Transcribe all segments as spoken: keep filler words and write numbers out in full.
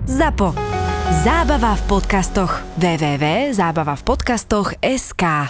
Zapo. Zábava v podcastoch. w w w bodka zábava v podcastoch bodka es ká.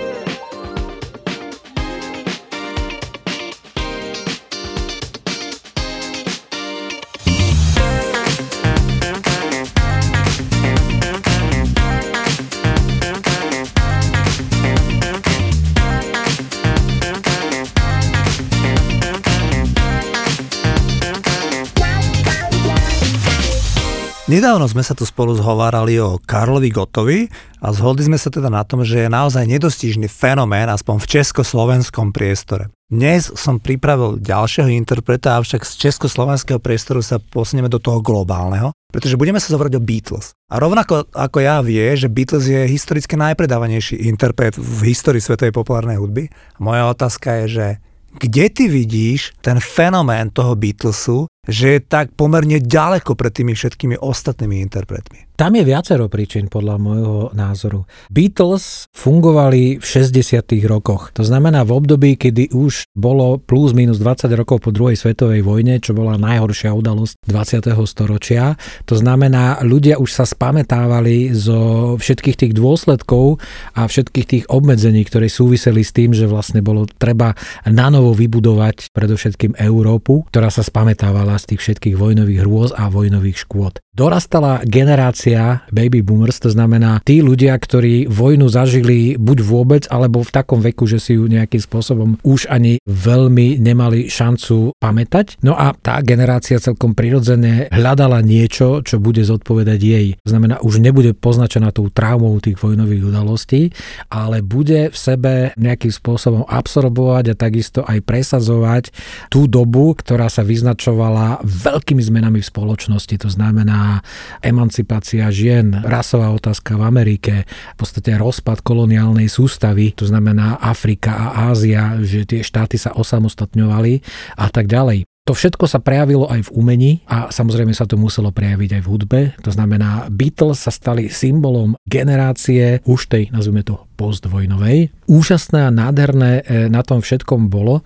Nedávno sme sa tu spolu zhovárali o Karlovi Gottovi a zhodli sme sa teda na tom, že je naozaj nedostižný fenomén, aspoň v československom priestore. Dnes som pripravil ďalšieho interpreta, avšak z československého priestoru sa posunieme do toho globálneho, pretože budeme sa zobrať o Beatles. A rovnako ako ja vie, že Beatles je historicky najpredávanejší interpret v histórii svetovej populárnej hudby. A moja otázka je, že kde ty vidíš ten fenomén toho Beatlesu, že je tak pomerne ďaleko pred tými všetkými ostatnými interpretmi? Tam je viacero príčin podľa môjho názoru. Beatles fungovali v šesťdesiatych rokoch. To znamená v období, kedy už bolo plus minus dvadsať rokov po druhej svetovej vojne, čo bola najhoršia udalosť dvadsiateho storočia. To znamená, ľudia už sa spamätávali zo všetkých tých dôsledkov a všetkých tých obmedzení, ktoré súviseli s tým, že vlastne bolo treba nanovo vybudovať predovšetkým Európu, ktorá sa spamätávala z tých všetkých vojnových hrôz a vojnových škôd. Dorastala generácia baby boomers, to znamená tí ľudia, ktorí vojnu zažili buď vôbec, alebo v takom veku, že si ju nejakým spôsobom už ani veľmi nemali šancu pamätať. No a tá generácia celkom prirodzene hľadala niečo, čo bude zodpovedať jej. To znamená, už nebude poznačená tou traumou tých vojnových udalostí, ale bude v sebe nejakým spôsobom absorbovať a takisto aj presadzovať tú dobu, ktorá sa vyznačovala veľkými zmenami v spoločnosti. To znamená emancipácia žien, rasová otázka v Amerike, v podstate rozpad koloniálnej sústavy, to znamená Afrika a Ázia, že tie štáty sa osamostatňovali a tak ďalej. To všetko sa prejavilo aj v umení a samozrejme sa to muselo prejaviť aj v hudbe. To znamená, Beatles sa stali symbolom generácie už tej, nazvime to, postvojnovej. Úžasné a nádherné na tom všetkom bolo,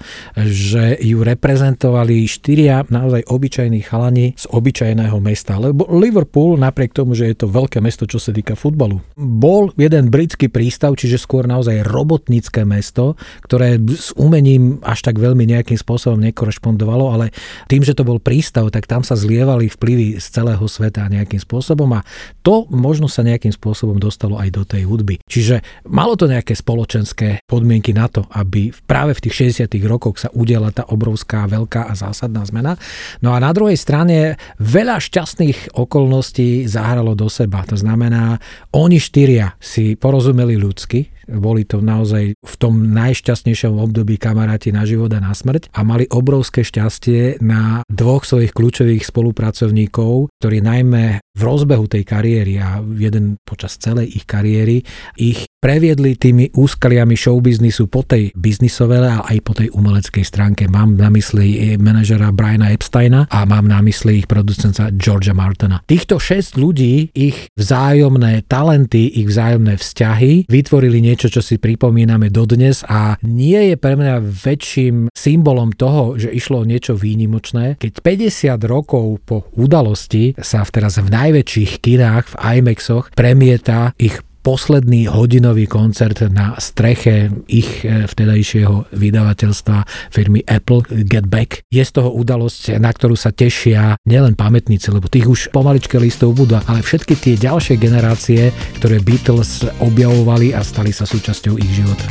že ju reprezentovali štyria naozaj obyčajní chalani z obyčajného mesta. Lebo Liverpool, napriek tomu, že je to veľké mesto, čo sa týka futbalu, bol jeden britský prístav, čiže skôr naozaj robotnícke mesto, ktoré s umením až tak veľmi nejakým spôsobom nekorešpondovalo, ale tým, že to bol prístav, tak tam sa zlievali vplyvy z celého sveta nejakým spôsobom a to možno sa nejakým spôsobom dostalo aj do tej hudby. Čiže malo to nejaké spoločenské podmienky na to, aby práve v tých šesťdesiatych rokoch sa udiala tá obrovská, veľká a zásadná zmena. No a na druhej strane veľa šťastných okolností zahralo do seba. To znamená, oni štyria si porozumeli ľudsky, boli to naozaj v tom najšťastnejšom období kamaráti na život a na smrť a mali obrovské šťastie na dvoch svojich kľúčových spolupracovníkov, ktorí najmä v rozbehu tej kariéry a jeden počas celej ich kariéry ich previedli tými úskaliami showbiznisu po tej biznisovej a aj po tej umeleckej stránke. Mám na mysli manažera Briana Epsteina a mám na mysli ich producenta Georgea Martina. Týchto šesť ľudí, ich vzájomné talenty, ich vzájomné vzťahy vytvorili niečo, čo si pripomíname dodnes a nie je pre mňa väčším symbolom toho, že išlo o niečo výnimočné, keď päťdesiat rokov po udalosti sa teraz v najväčších kinách, v IMAXoch premieta ich posledný hodinový koncert na streche ich vtedajšieho vydavateľstva firmy Apple Get Back. Je z toho udalosť, na ktorú sa tešia nielen pamätníci, lebo tých už pomaličke listov budú, ale všetky tie ďalšie generácie, ktoré Beatles objavovali a stali sa súčasťou ich života.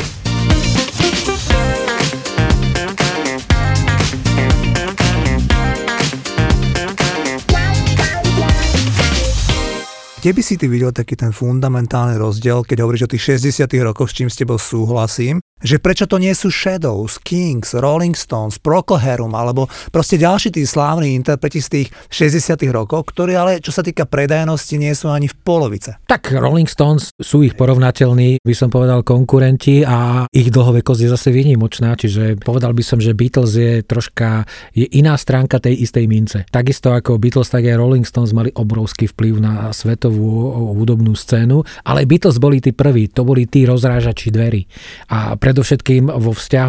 Kde by si ty videl taký ten fundamentálny rozdiel, keď hovoríš o tých šesťdesiatych rokoch, s čím s tebou súhlasím, že prečo to nie sú Shadows, Kings, Rolling Stones, Procol Harum, alebo proste ďalší tí slávni interpreti z tých šesťdesiatych rokov, ktorí ale, čo sa týka predajnosti, nie sú ani v polovice. Tak Rolling Stones sú ich porovnateľní, by som povedal, konkurenti a ich dlhovekosť je zase výnimočná, čiže povedal by som, že Beatles je troška je iná stránka tej istej mince. Takisto ako Beatles, tak aj Rolling Stones mali obrovský vplyv na svetovú hudobnú scénu, ale Beatles boli tí prví, to boli tí rozrážači dverí. A predovšetkým vo vzťahu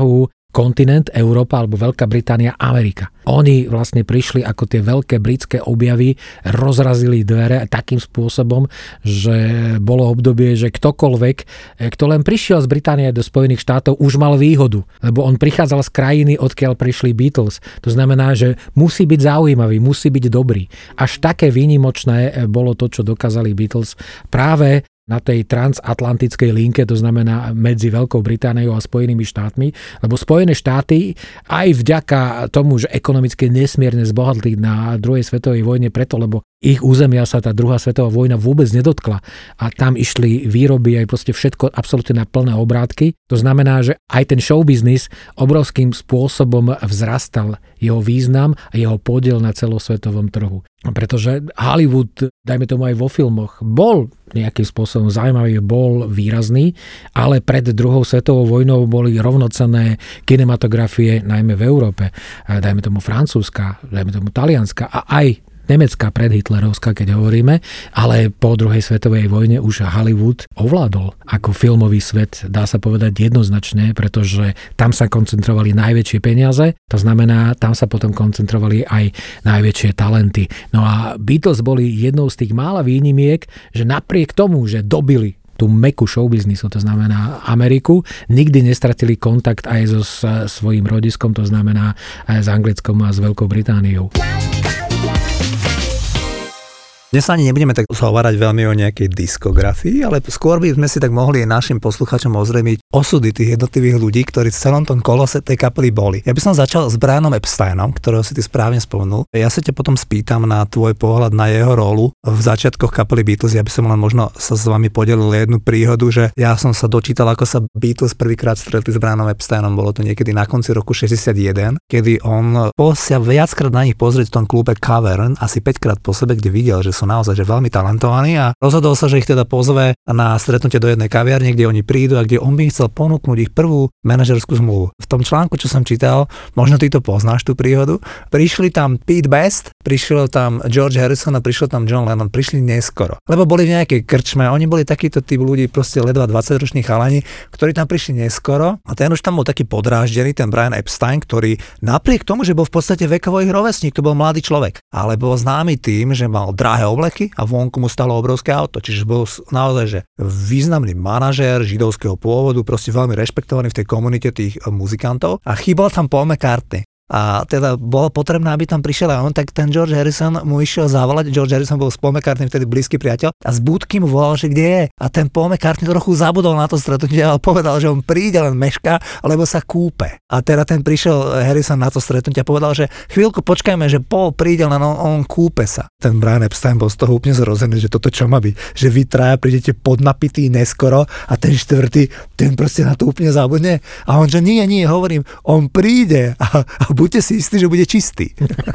kontinent, Európa alebo Veľká Británia, Amerika. Oni vlastne prišli ako tie veľké britské objavy, rozrazili dvere takým spôsobom, že bolo obdobie, že ktokoľvek, kto len prišiel z Británie do Spojených štátov, už mal výhodu, lebo on prichádzal z krajiny, odkiaľ prišli Beatles. To znamená, že musí byť zaujímavý, musí byť dobrý. Až také výnimočné bolo to, čo dokázali Beatles práve na tej transatlantickej linke, to znamená medzi Veľkou Britániou a Spojenými štátmi, lebo Spojené štáty aj vďaka tomu, že ekonomicky nesmierne zbohatli na druhej svetovej vojne, preto, lebo ich územia sa tá druhá svetová vojna vôbec nedotkla a tam išli výroby aj proste všetko absolútne na plné obrátky. To znamená, že aj ten showbiznis obrovským spôsobom vzrastal jeho význam a jeho podiel na celosvetovom trhu. Pretože Hollywood, dajme tomu aj vo filmoch, bol nejakým spôsobom zaujímavý, bol výrazný, ale pred druhou svetovou vojnou boli rovnocenné kinematografie, najmä v Európe, dajme tomu francúzska, dajme tomu talianska a aj nemecká predhitlerovská, keď hovoríme, ale po druhej svetovej vojne už Hollywood ovládol ako filmový svet, dá sa povedať jednoznačne, pretože tam sa koncentrovali najväčšie peniaze, to znamená, tam sa potom koncentrovali aj najväčšie talenty. No a Beatles boli jednou z tých mála výnimiek, že napriek tomu, že dobili tú meku showbiznisu, to znamená Ameriku, nikdy nestratili kontakt aj so svojím rodiskom, to znamená aj s Anglickom a s Veľkou Britániou. Dnes ani nebudeme tak zhovárať veľmi o nejakej diskografii, ale skôr by sme si tak mohli našim poslucháčom ozrejmiť osudy tých jednotlivých ľudí, ktorí v celom tom kolose tej kapely boli. Ja by som začal s Brianom Epsteinom, ktorého si ty správne spomenul. Ja sa ťa potom spýtam na tvoj pohľad na jeho rolu v začiatkoch kapely Beatles. Ja by som len možno sa s vami podelil jednu príhodu, že ja som sa dočítal, ako sa Beatles prvýkrát stretli s Brianom Epsteinom. Bolo to niekedy na konci roku šesťdesiatjeden, kedy on bol sa viackrát na nich pozrieť v tom klube Cavern, asi päťkrát po sebe, kde videl, že sú naozaj že veľmi talentovaní a rozhodol sa, že ich teda pozve na stretnutie do jednej kaviarne, kde oni prídu a kde on by chcel ponúknuť ich prvú manažerskú zmluvu. V tom článku, čo som čítal, možno ty to poznáš tú príhodu, prišli tam Pete Best, prišiel tam George Harrison a prišiel tam John Lennon, prišli neskoro. Lebo boli v nejakej krčme, oni boli takýto typ ľudí, proste ledva dvadsaťroční chalani, ktorí tam prišli neskoro a ten už tam bol taký podráždený, ten Brian Epstein, ktorý napriek tomu, že bol v podstate vekovo ich rovesník, to bol mladý človek, ale bol známy tým, že mal drahé obleky a vonku mu stalo obrovské auto. Čiže bol naozaj že významný manažér židovského pôvodu, proste veľmi rešpektovaný v tej komunite tých muzikantov a chýbal tam Paul McCartney. A teda bolo potrebné, aby tam prišiel a on, tak ten George Harrison mu išiel zavolať. George Harrison bol s Paul McCartney vtedy blízky priateľ a z budky mu volal, že kde je. A ten Paul McCartney trochu zabudol na to stretnutie, ale povedal, že on príde, len mešká, lebo sa kúpe. A teda ten prišiel Harrison na to stretnutie a povedal, že chvíľku počkajme, že Paul príde, len on, on kúpe sa. Ten Brian Epstein bol z toho úplne zrozený, že toto čo má byť, že vy traja prídete podnapitý neskoro a ten štvrtý, ten proste na to úplne zabudne. A on, že nie, nie, hovorím, on príde a, a buďte si istí, že bude čistý.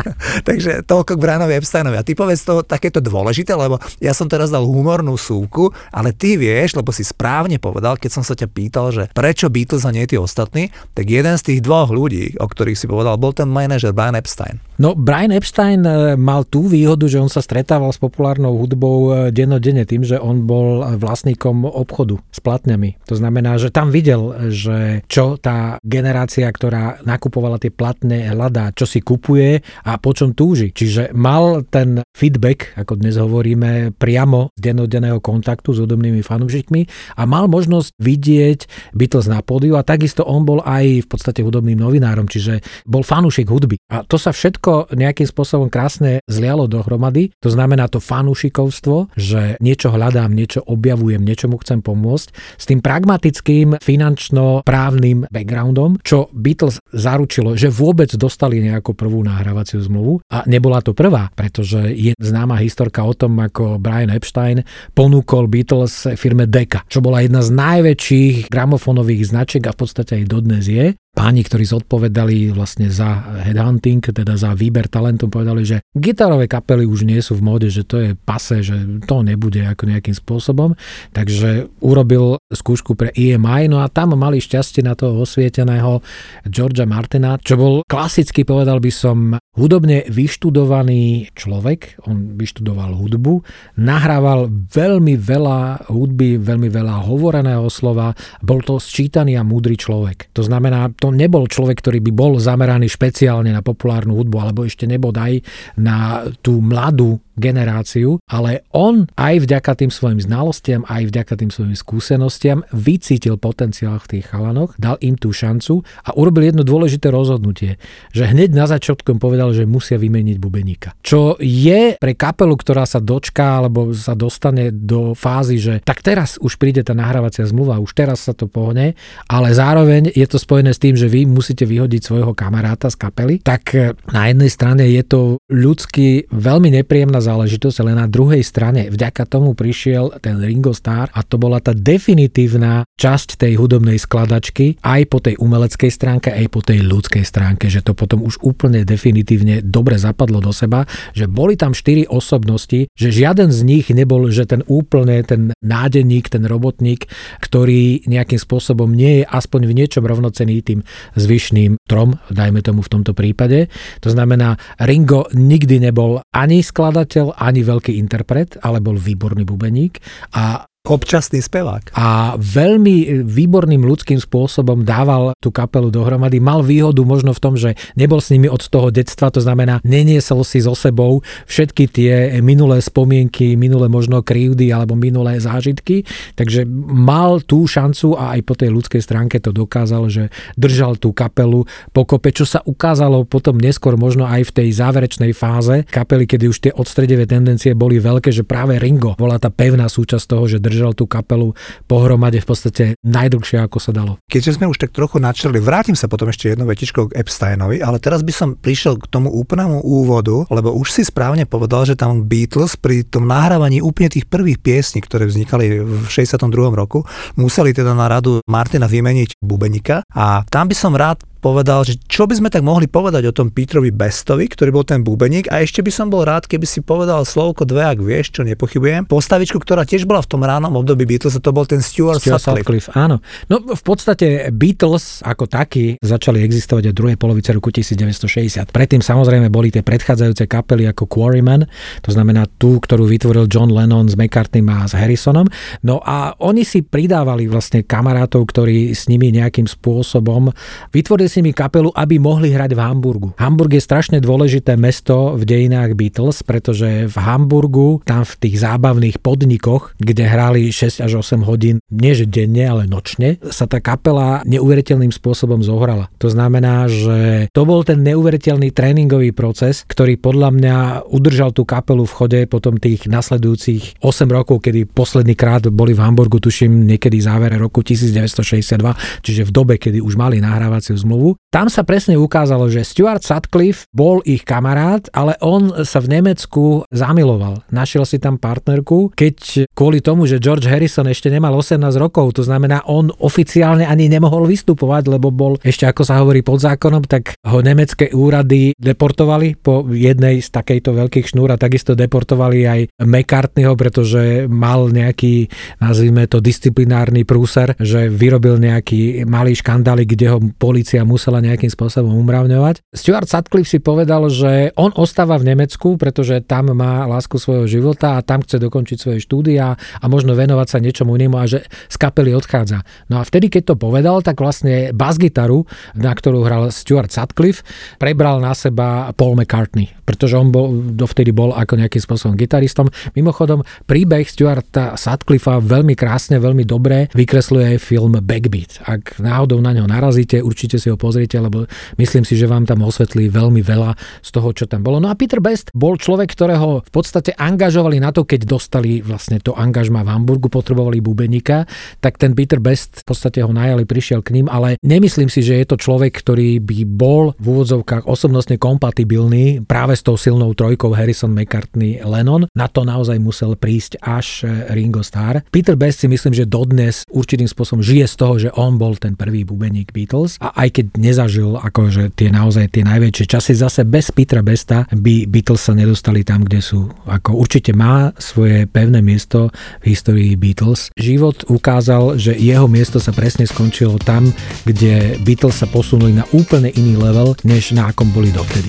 Takže toľko k Brianovi Epsteinovi. A ty povedz to takéto dôležité, lebo ja som teraz dal humornú súvku, ale ty vieš, lebo si správne povedal, keď som sa ťa pýtal, že prečo Beatles a nie tí ostatní, tak jeden z tých dvoch ľudí, o ktorých si povedal, bol ten manažer Brian Epstein. No, Brian Epstein mal tú výhodu, že on sa stretával s populárnou hudbou dennodenne tým, že on bol vlastníkom obchodu s platňami. To znamená, že tam videl, že čo tá generácia, ktorá nakupovala tie platne, hľadá, čo si kupuje a po čom túži. Čiže mal ten feedback, ako dnes hovoríme, priamo z dennodenného kontaktu s hudobnými fanúšikmi a mal možnosť vidieť Beatles na pódiu a takisto on bol aj v podstate hudobným novinárom, čiže bol fanúšik hudby. A to sa všetko nejakým spôsobom krásne zlialo dohromady. To znamená to fanúšikovstvo, že niečo hľadám, niečo objavujem, niečomu chcem pomôcť s tým pragmatickým finančno-právnym backgroundom, čo Beatles zaručilo, že vôbec dostali nejakú prvú nahrávaciu zmluvu a nebola to prvá, pretože je známa historka o tom, ako Brian Epstein ponúkol Beatles firme Decca, čo bola jedna z najväčších gramofónových značiek a v podstate aj dodnes je. Páni, ktorí zodpovedali vlastne za headhunting, teda za výber talentom, povedali, že gitarové kapely už nie sú v móde, že to je pase, že to nebude ako nejakým spôsobom. Takže urobil skúšku pre E M I, no a tam mali šťastie na toho osvieteného Georgea Martina, čo bol klasicky, povedal by som, hudobne vyštudovaný človek. On vyštudoval hudbu, nahrával veľmi veľa hudby, veľmi veľa hovoreného slova, bol to sčítaný a múdry človek. To znamená, to nebol človek, ktorý by bol zameraný špeciálne na populárnu hudbu, alebo ešte nebodaj na tú mladú generáciu, ale on aj vďaka tým svojim znalostiam, aj vďaka tým svojim skúsenostiam vycítil potenciál v tých chalanoch, dal im tú šancu a urobil jedno dôležité rozhodnutie, že hneď na začiatku povedal, že musia vymeniť bubeníka. Čo je pre kapelu, ktorá sa dočká alebo sa dostane do fázy, že tak teraz už príde tá nahrávacia zmluva, už teraz sa to pohne, ale zároveň je to spojené s tým, že vy musíte vyhodiť svojho kamaráta z kapely, tak na jednej strane je to ľudsky veľmi nepríjemná záležitosť, ale na druhej strane vďaka tomu prišiel ten Ringo Starr a to bola tá definitívna časť tej hudobnej skladačky aj po tej umeleckej stránke, aj po tej ľudskej stránke, že to potom už úplne definitívne dobre zapadlo do seba, že boli tam štyri osobnosti, že žiaden z nich nebol, že ten úplne, ten nádeník, ten robotník, ktorý nejakým spôsobom nie je aspoň v niečom rovnocenný tým zvyšným trom, dajme tomu v tomto prípade. To znamená, Ringo nikdy nebol ani skladateľ, ani veľký interpret, ale bol výborný bubeník a občasný spevák. A veľmi výborným ľudským spôsobom dával tú kapelu dohromady. Mal výhodu možno v tom, že nebol s nimi od toho detstva, to znamená, neniesol si so sebou všetky tie minulé spomienky, minulé možno krivdy alebo minulé zážitky, takže mal tú šancu a aj po tej ľudskej stránke to dokázal, že držal tú kapelu pokope, čo sa ukázalo potom neskôr možno aj v tej záverečnej fáze kapely, kedy už tie odstredivé tendencie boli veľké, že práve Ringo bola tá pevná súčasť toho, že držal tú kapelu pohromade v podstate najdlhšie, ako sa dalo. Keďže sme už tak trochu načrli, vrátim sa potom ešte jednou vetičkou k Epsteinovi, ale teraz by som prišiel k tomu úplnému úvodu, lebo už si správne povedal, že tam Beatles pri tom nahrávaní úplne tých prvých piesní, ktoré vznikali v šesťdesiatom druhom roku, museli teda na radu Martina vymeniť bubeníka a tam by som rád povedal, že čo by sme tak mohli povedať o tom Peterovi Bestovi, ktorý bol ten bubeník a ešte by som bol rád, keby si povedal slovko dve, ak vieš, čo nepochybujem. Postavičku, ktorá tiež bola v tom ránom období Beatles, to bol ten Stuart, Stuart Sutcliffe. Sutcliffe. Áno. No v podstate Beatles ako takí začali existovať od druhej polovice roku devätnásťstošesťdesiat. Predtým samozrejme boli tie predchádzajúce kapely ako Quarrymen, to znamená tú, ktorú vytvoril John Lennon s McCartneym a s Harrisonom. No a oni si pridávali vlastne kamarátov, ktorí s nimi nejakým spôsobom vytvorili s nimi kapelu, aby mohli hrať v Hamburgu. Hamburg je strašne dôležité mesto v dejinách Beatles, pretože v Hamburgu, tam v tých zábavných podnikoch, kde hrali šesť až osem hodín, nie že denne, ale nočne, sa tá kapela neuveriteľným spôsobom zohrala. To znamená, že to bol ten neuveriteľný tréningový proces, ktorý podľa mňa udržal tú kapelu v chode potom tých nasledujúcich osem rokov, kedy posledný krát boli v Hamburgu, tuším niekedy v závere roku devätnásťstošesťdesiatdva, čiže v dobe, kedy už mali nahrávaciu zmluvu. Tam sa presne ukázalo, že Stuart Sutcliffe bol ich kamarát, ale on sa v Nemecku zamiloval. Našiel si tam partnerku, keď kvôli tomu, že George Harrison ešte nemal osemnásť rokov, to znamená, on oficiálne ani nemohol vystupovať, lebo bol ešte, ako sa hovorí, pod zákonom, tak ho nemecké úrady deportovali po jednej z takejto veľkých šnúr a takisto deportovali aj McCartneyho, pretože mal nejaký, nazvime to, disciplinárny prúser, že vyrobil nejaký malý škandály, kde ho polícia musela nejakým spôsobom umravňovať. Stuart Sutcliffe si povedal, že on ostáva v Nemecku, pretože tam má lásku svojho života a tam chce dokončiť svoje štúdia a možno venovať sa niečomu inému a že z kapely odchádza. No a vtedy, keď to povedal, tak vlastne basgitaru, na ktorú hral Stuart Sutcliffe, prebral na seba Paul McCartney, pretože on bol, dovtedy bol ako nejakým spôsobom gitaristom. Mimochodom, príbeh Stuarta Sutcliffea veľmi krásne, veľmi dobre vykresľuje film Backbeat. Ak náhodou na ňo narazíte, určite si ho pozrite, lebo myslím si, že vám tam osvetlí veľmi veľa z toho, čo tam bolo. No a Peter Best bol človek, ktorého v podstate angažovali na to, keď dostali vlastne to angažma v Hamburgu, potrebovali bubeníka, tak ten Peter Best v podstate ho najali, prišiel k ním, ale nemyslím si, že je to človek, ktorý by bol v úvodzovkách osobnostne kompatibilný práve s tou silnou trojkou Harrison, McCartney, Lennon. Na to naozaj musel prísť až Ringo Starr. Peter Best si myslím, že dodnes určitým spôsobom žije z toho, že on bol ten prvý bubeník Beatles a aj keď nezažil akože tie naozaj tie najväčšie časy, zase bez Petera Besta by Beatles sa nedostali tam, kde sú. Ako určite má svoje pevné miesto v histórii Beatles. Život ukázal, že jeho miesto sa presne skončilo tam, kde Beatles sa posunuli na úplne iný level, než na akom boli dovtedy.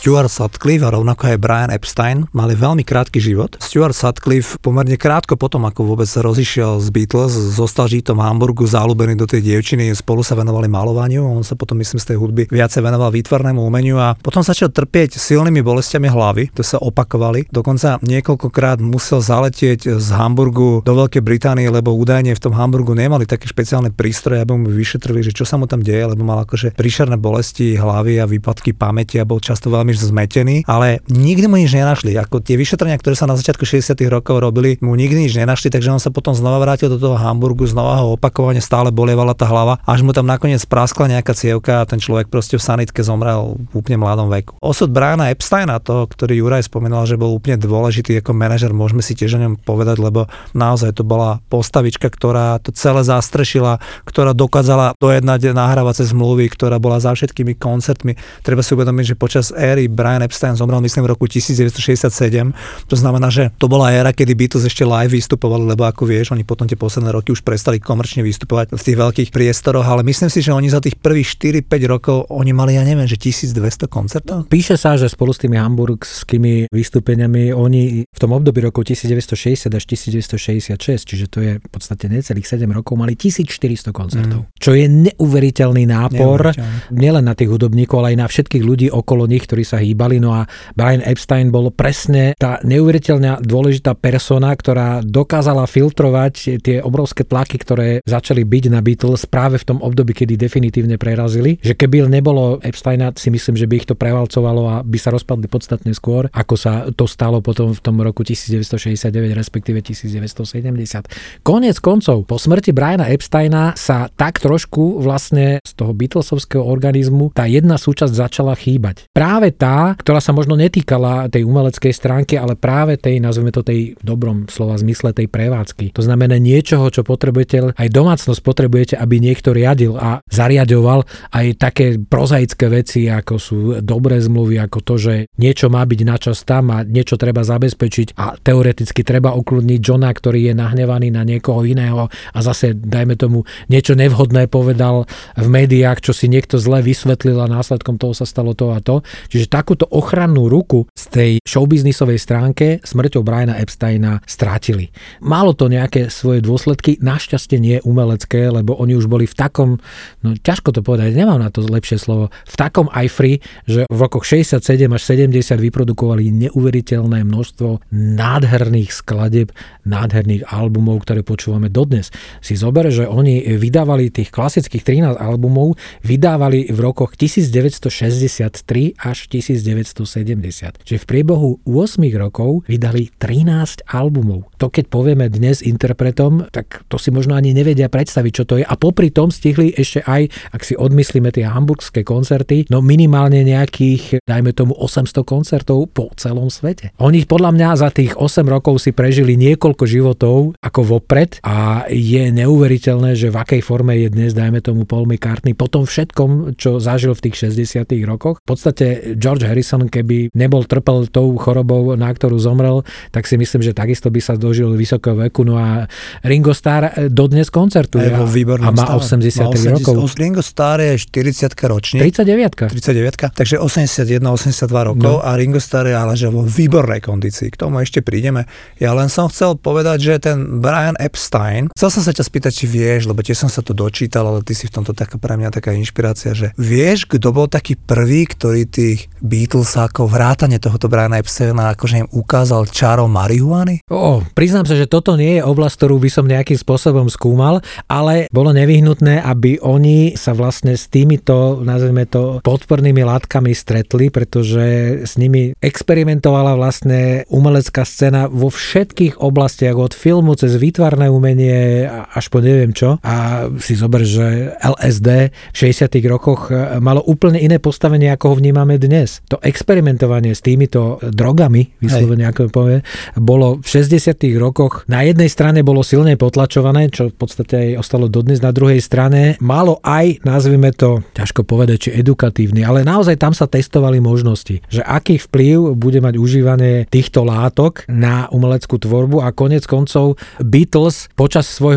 Stuart Sutcliffe a rovnako aj Brian Epstein mali veľmi krátky život. Stuart Sutcliffe pomerne krátko potom, ako vôbec sa rozišiel z Beatles, zostal žiť v tom Hamburgu, záľubený do tej dievčiny, spolu sa venovali malovaniu, on sa potom myslím z tej hudby viacej venoval výtvarnému umeniu a potom začal trpieť silnými bolestiami hlavy, to sa opakovali. Dokonca niekoľkokrát musel zaletieť z Hamburgu do Veľkej Británie, lebo údajne v tom Hamburgu nemali také špeciálne prístroje, aby mu vyšetrili, že čo sa mu tam deje, lebo mal akože príšerné bolesti hlavy a výpadky pamäti a bol často veľmi zmetený, ale nikdy mu nič nenašli. Ako tie vyšetrenia, ktoré sa na začiatku šesťdesiatych rokov robili, mu nikdy nič nenašli, takže on sa potom znova vrátil do toho Hamburgu, znova ho opakovane stále bolievala tá hlava, až mu tam nakoniec praskla nejaká cievka a ten človek proste v sanitke zomrel v úplne mladom veku. Osud Briana Epsteina, toho, ktorý Juraj spomínal, že bol úplne dôležitý ako manažer, môžeme si tiež o ňom povedať, lebo naozaj to bola postavička, ktorá to celé zastrešila, ktorá dokázala dojednať nahrávacie zmluvy, ktorá bola za všetkými koncertmi. Treba si uvedomiť, že počas éry Brian Epstein zomrel myslím v roku devätnásťstošesťdesiatsedem. To znamená, že to bola éra, kedy Beatles ešte live vystupovali, lebo ako vieš, oni potom tie posledné roky už prestali komerčne vystupovať v tých veľkých priestoroch, ale myslím si, že oni za tých prvých štyri päť rokov oni mali, ja neviem, že tisícdvesto koncertov. Píše sa, že spolu s tými hamburgskými vystúpeniami oni v tom období roku devätnásťstošesťdesiat až devätnásťstošesťdesiatšesť, čiže to je v podstate necelých sedem rokov, mali tisícštyristo koncertov. Mm. Čo je neuveriteľný nápor, nielen na tých hudobníkov, ale aj na všetkých ľudí okolo nich, ktorí sa hýbali. No a Brian Epstein bol presne tá neuveriteľne dôležitá persona, ktorá dokázala filtrovať tie obrovské tlaky, ktoré začali byť na Beatles práve v tom období, kedy definitívne prerazili. Že keby nebolo Epsteina, si myslím, že by ich to prevalcovalo a by sa rozpadli podstatne skôr, ako sa to stalo potom v tom roku devätnásťstošesťdesiatdeväť, respektíve devätnásťstosedemdesiat. Koniec koncov, po smrti Briana Epsteina sa tak trošku vlastne z toho Beatlesovského organizmu tá jedna súčasť začala chýbať. Práve tá, ktorá sa možno netýkala tej umeleckej stránky, ale práve tej, nazvime to tej dobrom slova zmysle tej prevádzky. To znamená niečoho, čo potrebujete, aj domácnosť potrebujete, aby niekto riadil a zariaďoval aj také prozaické veci, ako sú dobré zmluvy, ako to, že niečo má byť na čas tam a niečo treba zabezpečiť a teoreticky treba ukludniť Johna, ktorý je nahnevaný na niekoho iného a zase, dajme tomu, niečo nevhodné povedal v médiách, čo si niekto zle vysvetlil a následkom toho sa stalo to a to. Čiže takúto ochrannú ruku z tej showbiznisovej stránke smrťou Briana Epsteina strátili. Malo to nejaké svoje dôsledky, našťastie nie umelecké, lebo oni už boli v takom, no ťažko to povedať, nemám na to lepšie slovo, v takom ajfri, že v rokoch šesťdesiatsedem až sedemdesiat vyprodukovali neuveriteľné množstvo nádherných skladeb, nádherných albumov, ktoré počúvame dodnes. Si zober, že oni vydávali tých klasických trinásť albumov, vydávali v rokoch devätnásťstošesťdesiattri až devätnásťstosedemdesiat. Čiže v priebehu osem rokov vydali trinásť albumov. To keď povieme dnes interpretom, tak to si možno ani nevedia predstaviť, čo to je. A popri tom stihli ešte aj, ak si odmyslíme tie hamburgské koncerty, no minimálne nejakých, dajme tomu osemsto koncertov po celom svete. Oni podľa mňa za tých osem rokov si prežili niekoľko životov ako vopred a je neuveriteľné, že v akej forme je dnes, dajme tomu Paul McCartney, po tom všetkom, čo zažil v tých šesťdesiatych rokoch. V podstate George Harrison, keby nebol trpel tou chorobou, na ktorú zomrel, tak si myslím, že takisto by sa dožil vysokého veku. No a Ringo Starr dodnes koncertuje a, a má osemdesiattri rokov. Ringo Starr je štyridsiatka ročník. tridsaťdeviatka. tridsaťdeviatka, takže osemdesiatjeden osemdesiatdva rokov no. A Ringo Starr je ale že vo výbornej kondícii. K tomu ešte prídeme. Ja len som chcel povedať, že ten Brian Epstein, chcel som sa ťa spýtať, či vieš, lebo tiež som sa to dočítal, ale ty si v tomto taká pre mňa taká inšpirácia, že vieš, kto bol taký prvý, ktorý tých Beatles ako vrátane tohoto Briana Epsteina akože im ukázal čaro marihuany? Ó, priznám sa, že toto nie je oblasť, ktorú by som nejakým spôsobom skúmal, ale bolo nevyhnutné, aby oni sa vlastne s týmito, nazvime to, podpornými látkami stretli, pretože s nimi experimentovala vlastne umelecká scéna vo všetkých oblastiach, od filmu cez výtvarné umenie až po neviem čo. A si zober, že el es dé v šesťdesiatych rokoch malo úplne iné postavenie, ako ho vnímame dnes. To experimentovanie s týmito drogami, vyslovene ako povie, bolo v šesťdesiatych rokoch na jednej strane bolo silne potlačované, čo v podstate aj ostalo dodnes, na druhej strane malo aj, nazvime to, ťažko povedať, či edukatívny, ale naozaj tam sa testovali možnosti, že aký vplyv bude mať užívanie týchto látok na umeleckú tvorbu a konec koncov Beatles počas svojho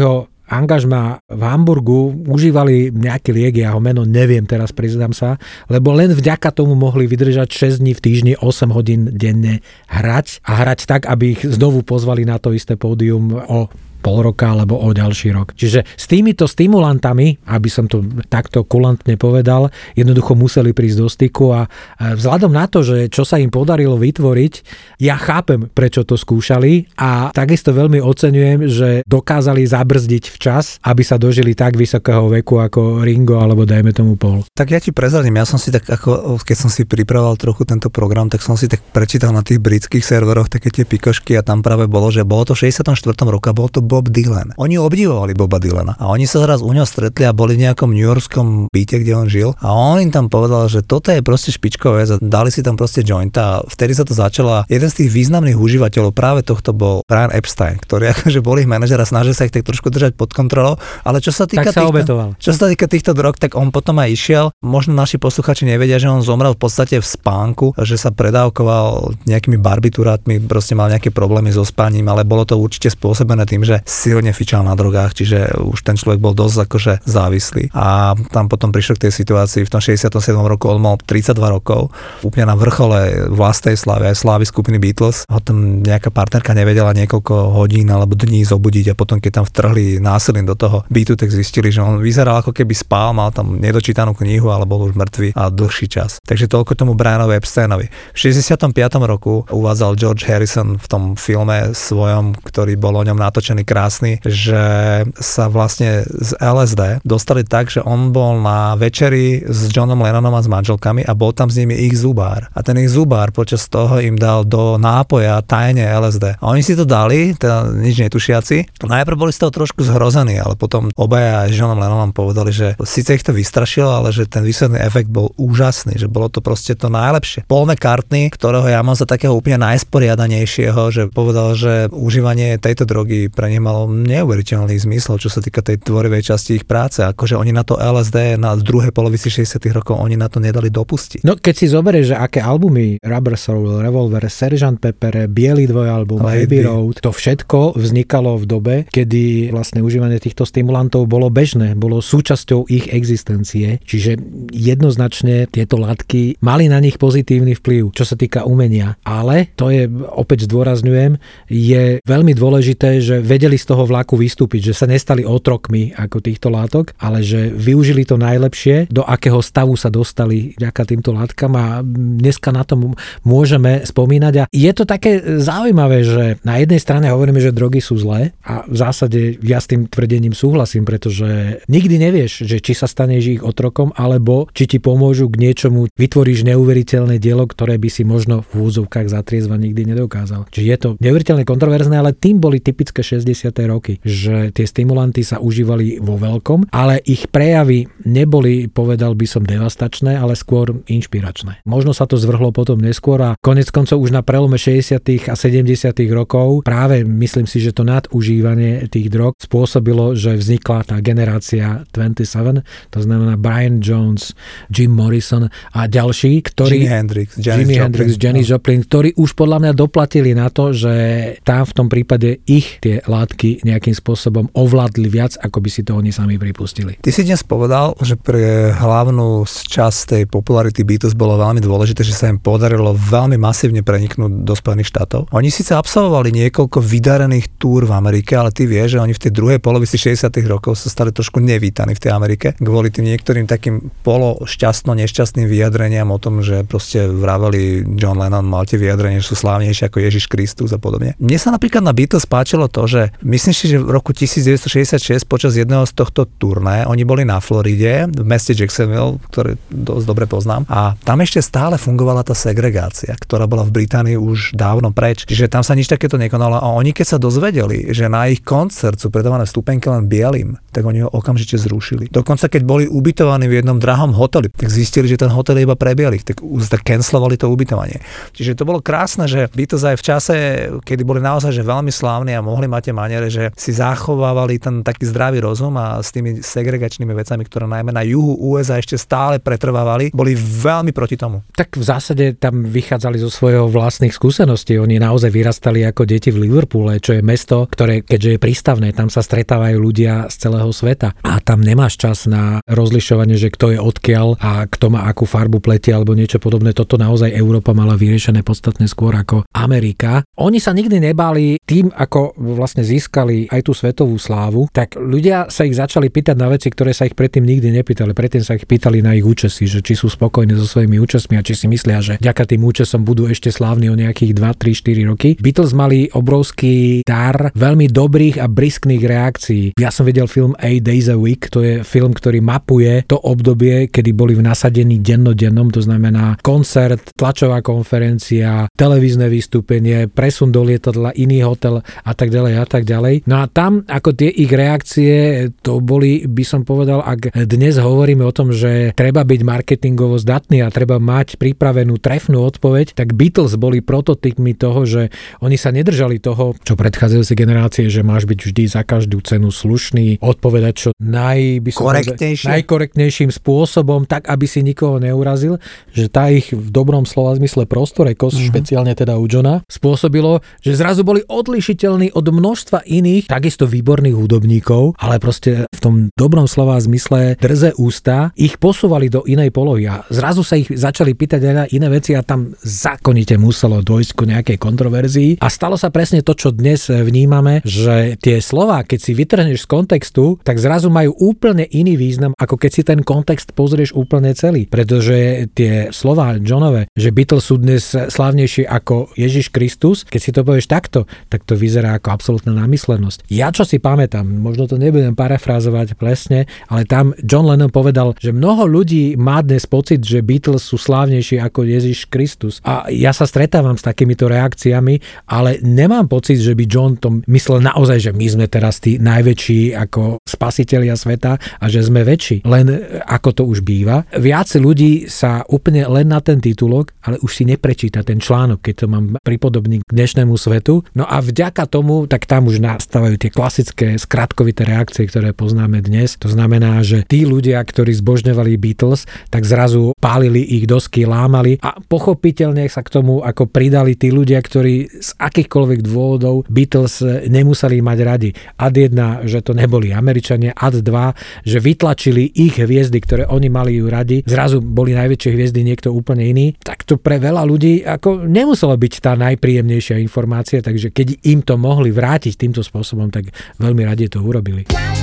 angažma v Hamburgu užívali nejaký liek, ja ho meno neviem teraz, priznám sa, lebo len vďaka tomu mohli vydržať šesť dní v týždni, osem hodín denne hrať a hrať tak, aby ich znovu pozvali na to isté pódium o pol roka alebo o ďalší rok. Čiže s týmito stimulantami, aby som to takto kulantne povedal, jednoducho museli prísť do styku a vzhľadom na to, že čo sa im podarilo vytvoriť, ja chápem, prečo to skúšali a takisto veľmi oceňujem, že dokázali zabrzdiť včas, aby sa dožili tak vysokého veku ako Ringo alebo dajme tomu Paul. Tak ja ti prezradím, ja som si tak ako, keď som si pripravoval trochu tento program, tak som si tak prečítal na tých britských serveroch také tie pikošky a tam práve bolo, že bolo to v šesťdesiatom štvrtom roku, bolo to Bob Dylan. Oni obdivovali Boba Dylana a oni sa zraz u neho stretli a boli v nejakom newyorskom byte, kde on žil a on im tam povedal, že toto je proste špičkové a dali si tam proste jointa a vtedy sa to začalo a jeden z tých významných užívateľov práve tohto bol Brian Epstein, ktorý akože bol ich manažer a snažil sa ich tak trošku držať pod kontrolou, ale čo sa týka, tak sa týchto, čo sa týka týchto drog, tak on potom aj išiel. Možno naši posluchači nevedia, že on zomrel v podstate v spánku, že sa predávkoval nejakými barbiturátmi, proste mal nejaké problémy so spaním, ale bolo to určite spôsobené tým, že silne fičal na drogách, čiže už ten človek bol dosť akože závislý. A tam potom prišiel k tej situácii, v tom šesťdesiatom siedmom roku on mal tridsaťdva rokov, úplne na vrchole vlastnej slávy, aj slávy skupiny Beatles. Ho tam nejaká partnerka nevedela niekoľko hodín alebo dní zobudiť a potom keď tam vtrhli násilím do toho bytu, tak zistili, že on vyzeral ako keby spál, mal tam nedočítanú knihu, ale bol už mŕtvy a dlhší čas. Takže toľko tomu Brianovi Epsteinovi. V šesťdesiatom piatom roku uvádzal George Harrison v tom filme svojom, ktorý bol o ňom natočený krásny, že sa vlastne z el es dé dostali tak, že on bol na večeri s Johnom Lennonom a s manželkami a bol tam s nimi ich zubár. A ten ich zubár počas toho im dal do nápoja tajne el es dé. A oni si to dali, teda nič netušiaci. Najprv boli z toho trošku zhrození, ale potom obaja aj s Johnom Lennonom povedali, že síce ich to vystrašilo, ale že ten výsledný efekt bol úžasný, že bolo to proste to najlepšie. Paul McCartney, ktorého ja mám za takého úplne najsporiadanejšieho, že povedal, že užívanie tejto drogy pre nich malo neuveriteľný zmysel, čo sa týka tej tvorivej časti ich práce. Akože oni na to el es dé na druhej polovici šesťdesiatych rokov oni na to nedali dopustiť. No keď si zoberieš, že aké albumy Rubber Soul, Revolver, sergeant Pepper, Bielý dvojalbum, oh, Abbey Road, to všetko vznikalo v dobe, kedy vlastne užívanie týchto stimulantov bolo bežné, bolo súčasťou ich existencie. Čiže jednoznačne tieto látky mali na nich pozitívny vplyv, čo sa týka umenia. Ale to je, opäť zdôrazňujem, je veľmi dôležité, že vedeli z toho vlaku vystúpiť, že sa nestali otrokmi ako týchto látok, ale že využili to najlepšie, do akého stavu sa dostali vďaka týmto látkam a dneska na tom môžeme spomínať. A je to také zaujímavé, že na jednej strane hovoríme, že drogy sú zlé a v zásade ja s tým tvrdením súhlasím, pretože nikdy nevieš, že či sa staneš ich otrokom, alebo či ti pomôžu k niečomu, vytvoríš neuveriteľné dielo, ktoré by si možno v úzovkách zatriezva nikdy nedokázal. Čiže je to neuveriteľne kontroverzné, ale tým boli typické šesťdesiate roky, že tie stimulanty sa užívali vo veľkom, ale ich prejavy neboli, povedal by som, devastačné, ale skôr inšpiračné. Možno sa to zvrhlo potom neskôr a konec koncov už na prelome šesťdesiatych a sedemdesiatych rokov práve myslím si, že to nadužívanie tých drog spôsobilo, že vznikla tá generácia dvadsaťsedem, to znamená Brian Jones, Jim Morrison a ďalší, ktorí Jimi Hendrix, Janis Jimi Joplin, Hendrix, Janis no. Joplin, ktorí už podľa mňa doplatili na to, že tam v tom prípade ich tie látky nejakým spôsobom ovládli viac, ako by si to oni sami pripustili. Ty si dnes povedal, že pre hlavnú časť tej popularity Beatles bolo veľmi dôležité, že sa im podarilo veľmi masívne preniknúť do Spojených štátov. Oni síce absolvovali niekoľko vydarených túr v Amerike, ale ty vieš, že oni v tej druhej polovici šesťdesiatych rokov sa stali trošku nevítaní v tej Amerike kvôli tým niektorým takým polo šťastno nešťastným vyjadreniam o tom, že proste vraveli John Lennon mal tie vyjadrenia, že sú slávnejšie ako Ježiš Kristus a podobne. Mne sa napríklad na Beatles páčilo to, že myslím si, že v roku devätnásťstošesťdesiatšesť počas jedného z tohto turné oni boli na Floride, v meste Jacksonville, ktoré dosť dobre poznám, a tam ešte stále fungovala tá segregácia, ktorá bola v Británii už dávno preč. Čiže tam sa nič takéto nekonalo a oni keď sa dozvedeli, že na ich koncert sú predávané vstupenky len bielým, tak oni ho okamžite zrušili. Dokonca keď boli ubytovaní v jednom drahom hoteli, tak zistili, že ten hotel je iba pre bielých, tak tak cancelovali to ubytovanie. Čiže to bolo krásne, že Beatles aj v čase, kedy boli naozaj že veľmi slávni a mohli mať tie maniere, že si zachovávali ten taký zdravý rozum a s tými segregačnými vecami, ktoré najmä na juhu ú es á ešte stále pretrvávali, boli veľmi proti tomu. Tak v zásade tam vychádzali zo svojho vlastných skúseností. Oni naozaj vyrastali ako deti v Liverpoole, čo je mesto, ktoré, keďže je prístavné, tam sa stretávajú ľudia z celého sveta. A tam nemáš čas na rozlišovanie, že kto je odkiaľ a kto má akú farbu pleti alebo niečo podobné. Toto naozaj Európa mala vyriešené podstatne skôr ako Amerika. Oni sa nikdy nebáli tým, ako vlastne získali aj tú svetovú slávu, tak ľudia sa ich začali pýtať na veci, ktoré sa ich predtým nikdy nepýtali. Predtým sa ich pýtali na ich účesy, že či sú spokojní so svojimi účesmi a či si myslia, že vďaka tým účesom budú ešte slávni o nejakých dva, tri, štyri roky. Beatles mali obrovský dar veľmi dobrých a briskných reakcií. Ja som videl film Eight Days a Week, to je film, ktorý mapuje to obdobie, kedy boli v nasadení dennodennom, to znamená koncert, tlačová konferencia, televízne vystúpenie, presun do lietadla, iný hotel a tak ďalej a tak ďalej. No a tam, ako tie ich reakcie, to boli, by som povedal, ak dnes hovoríme o tom, že treba byť marketingovo zdatný a treba mať pripravenú trefnú odpoveď, tak Beatles boli prototypmi toho, že oni sa nedržali toho, čo predchádzajúce generácie, že máš byť vždy za každú cenu slušný, odpovedať čo naj, by som povedal, najkorektnejším spôsobom, tak aby si nikoho neurazil, že tá ich v dobrom slova zmysle prostorekosť, mm-hmm. špeciálne teda u Johna, spôsobilo, že zrazu boli odlišiteľní od množstva iných, takisto výborných hudobníkov, ale proste v tom dobrom slova zmysle drze ústa ich posúvali do inej polohy a zrazu sa ich začali pýtať aj na iné veci a tam zákonite muselo dôjsť ku nejakej kontroverzii a stalo sa presne to, čo dnes vnímame, že tie slová, keď si vytrhneš z kontextu, tak zrazu majú úplne iný význam, ako keď si ten kontext pozrieš úplne celý, pretože tie slová Johnove, že Beatles sú dnes slávnejšie ako Ježiš Kristus, keď si to povieš takto, tak to vyzerá ako absolútna namyslenosť. Ja čo si pamätám, možno to nebudem parafrázovať presne, ale tam John Lennon povedal, že mnoho ľudí má dnes pocit, že Beatles sú slávnejší ako Ježiš Kristus. A ja sa stretávam s takýmito reakciami, ale nemám pocit, že by John to myslel naozaj, že my sme teraz tí najväčší ako spasitelia sveta a že sme väčší. Len ako to už býva. Viac ľudí sa úplne len na ten titulok, ale už si neprečíta ten článok, keď to mám pripodobniť k dnešnému svetu. No a vďaka tomu, tak tam už nastávajú tie klasické skratkovité reakcie, ktoré poznáme dnes. To znamená, že tí ľudia, ktorí zbožňovali Beatles, tak zrazu pálili ich dosky, lámali a pochopiteľne sa k tomu ako pridali tí ľudia, ktorí z akýchkoľvek dôvodov Beatles nemuseli mať radi. Ad jedna, že to neboli Američania, ad dva, že vytlačili ich hviezdy, ktoré oni mali ju radi, zrazu boli najväčšie hviezdy niekto úplne iný, tak to pre veľa ľudí ako nemuselo byť tá najpríjemnejšia informácia, takže keď im to mohli vrátiť týmto spôsobom, tak veľmi radi to urobili.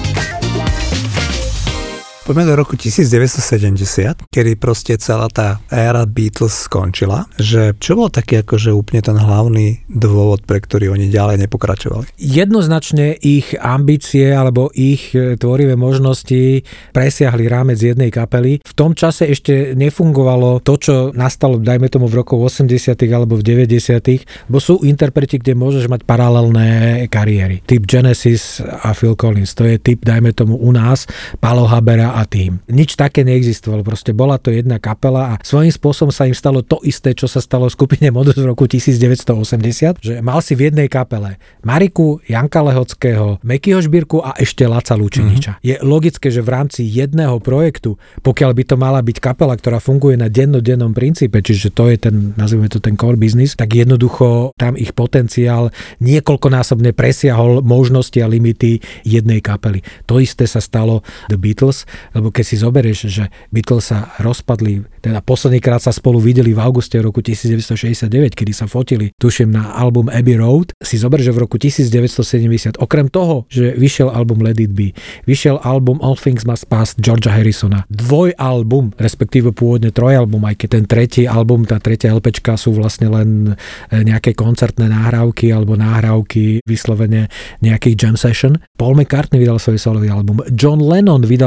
Poďme do roku devätnásťsedemdesiat, kedy proste celá tá éra Beatles skončila, že čo bol taký akože úplne ten hlavný dôvod, pre ktorý oni ďalej nepokračovali? Jednoznačne ich ambície alebo ich tvorivé možnosti presiahli rámec jednej kapely. V tom čase ešte nefungovalo to, čo nastalo, dajme tomu v rokoch osemdesiatych alebo v deväťdesiatych, bo sú interpreti, kde môžeš mať paralelné kariéry. Typ Genesis a Phil Collins, to je typ, dajme tomu u nás, Paolo Habera a tým. Nič také neexistovalo, proste bola to jedna kapela a svojím spôsobom sa im stalo to isté, čo sa stalo skupine Modus v roku devätnásťstoosemdesiat, že mal si v jednej kapele Mariku, Janka Lehockého, Mekyho Žbírku a ešte Laca Lučiniča. Mm-hmm. Je logické, že v rámci jedného projektu, pokiaľ by to mala byť kapela, ktorá funguje na dennodennom princípe, čiže to je ten, nazvime to ten core business, tak jednoducho tam ich potenciál niekoľkonásobne presiahol možnosti a limity jednej kapely. To isté sa stalo The Beatles, lebo keď si zoberieš, že Beatles sa rozpadli, teda poslednýkrát sa spolu videli v auguste roku devätnásťšesťdesiatdeväť, kedy sa fotili, tuším, na album Abbey Road, si zober, že v roku devätnásťsedemdesiat, okrem toho, že vyšiel album Let It Be, vyšiel album All Things Must Pass Georgea Harrisona, dvojalbum, respektíve pôvodne trojalbum, aj keď ten tretí album, tá tretia LPčka sú vlastne len nejaké koncertné nahrávky alebo nahrávky vyslovene nejakých jam session. Paul McCartney vydal svoj solový album, John Lennon vydal svoj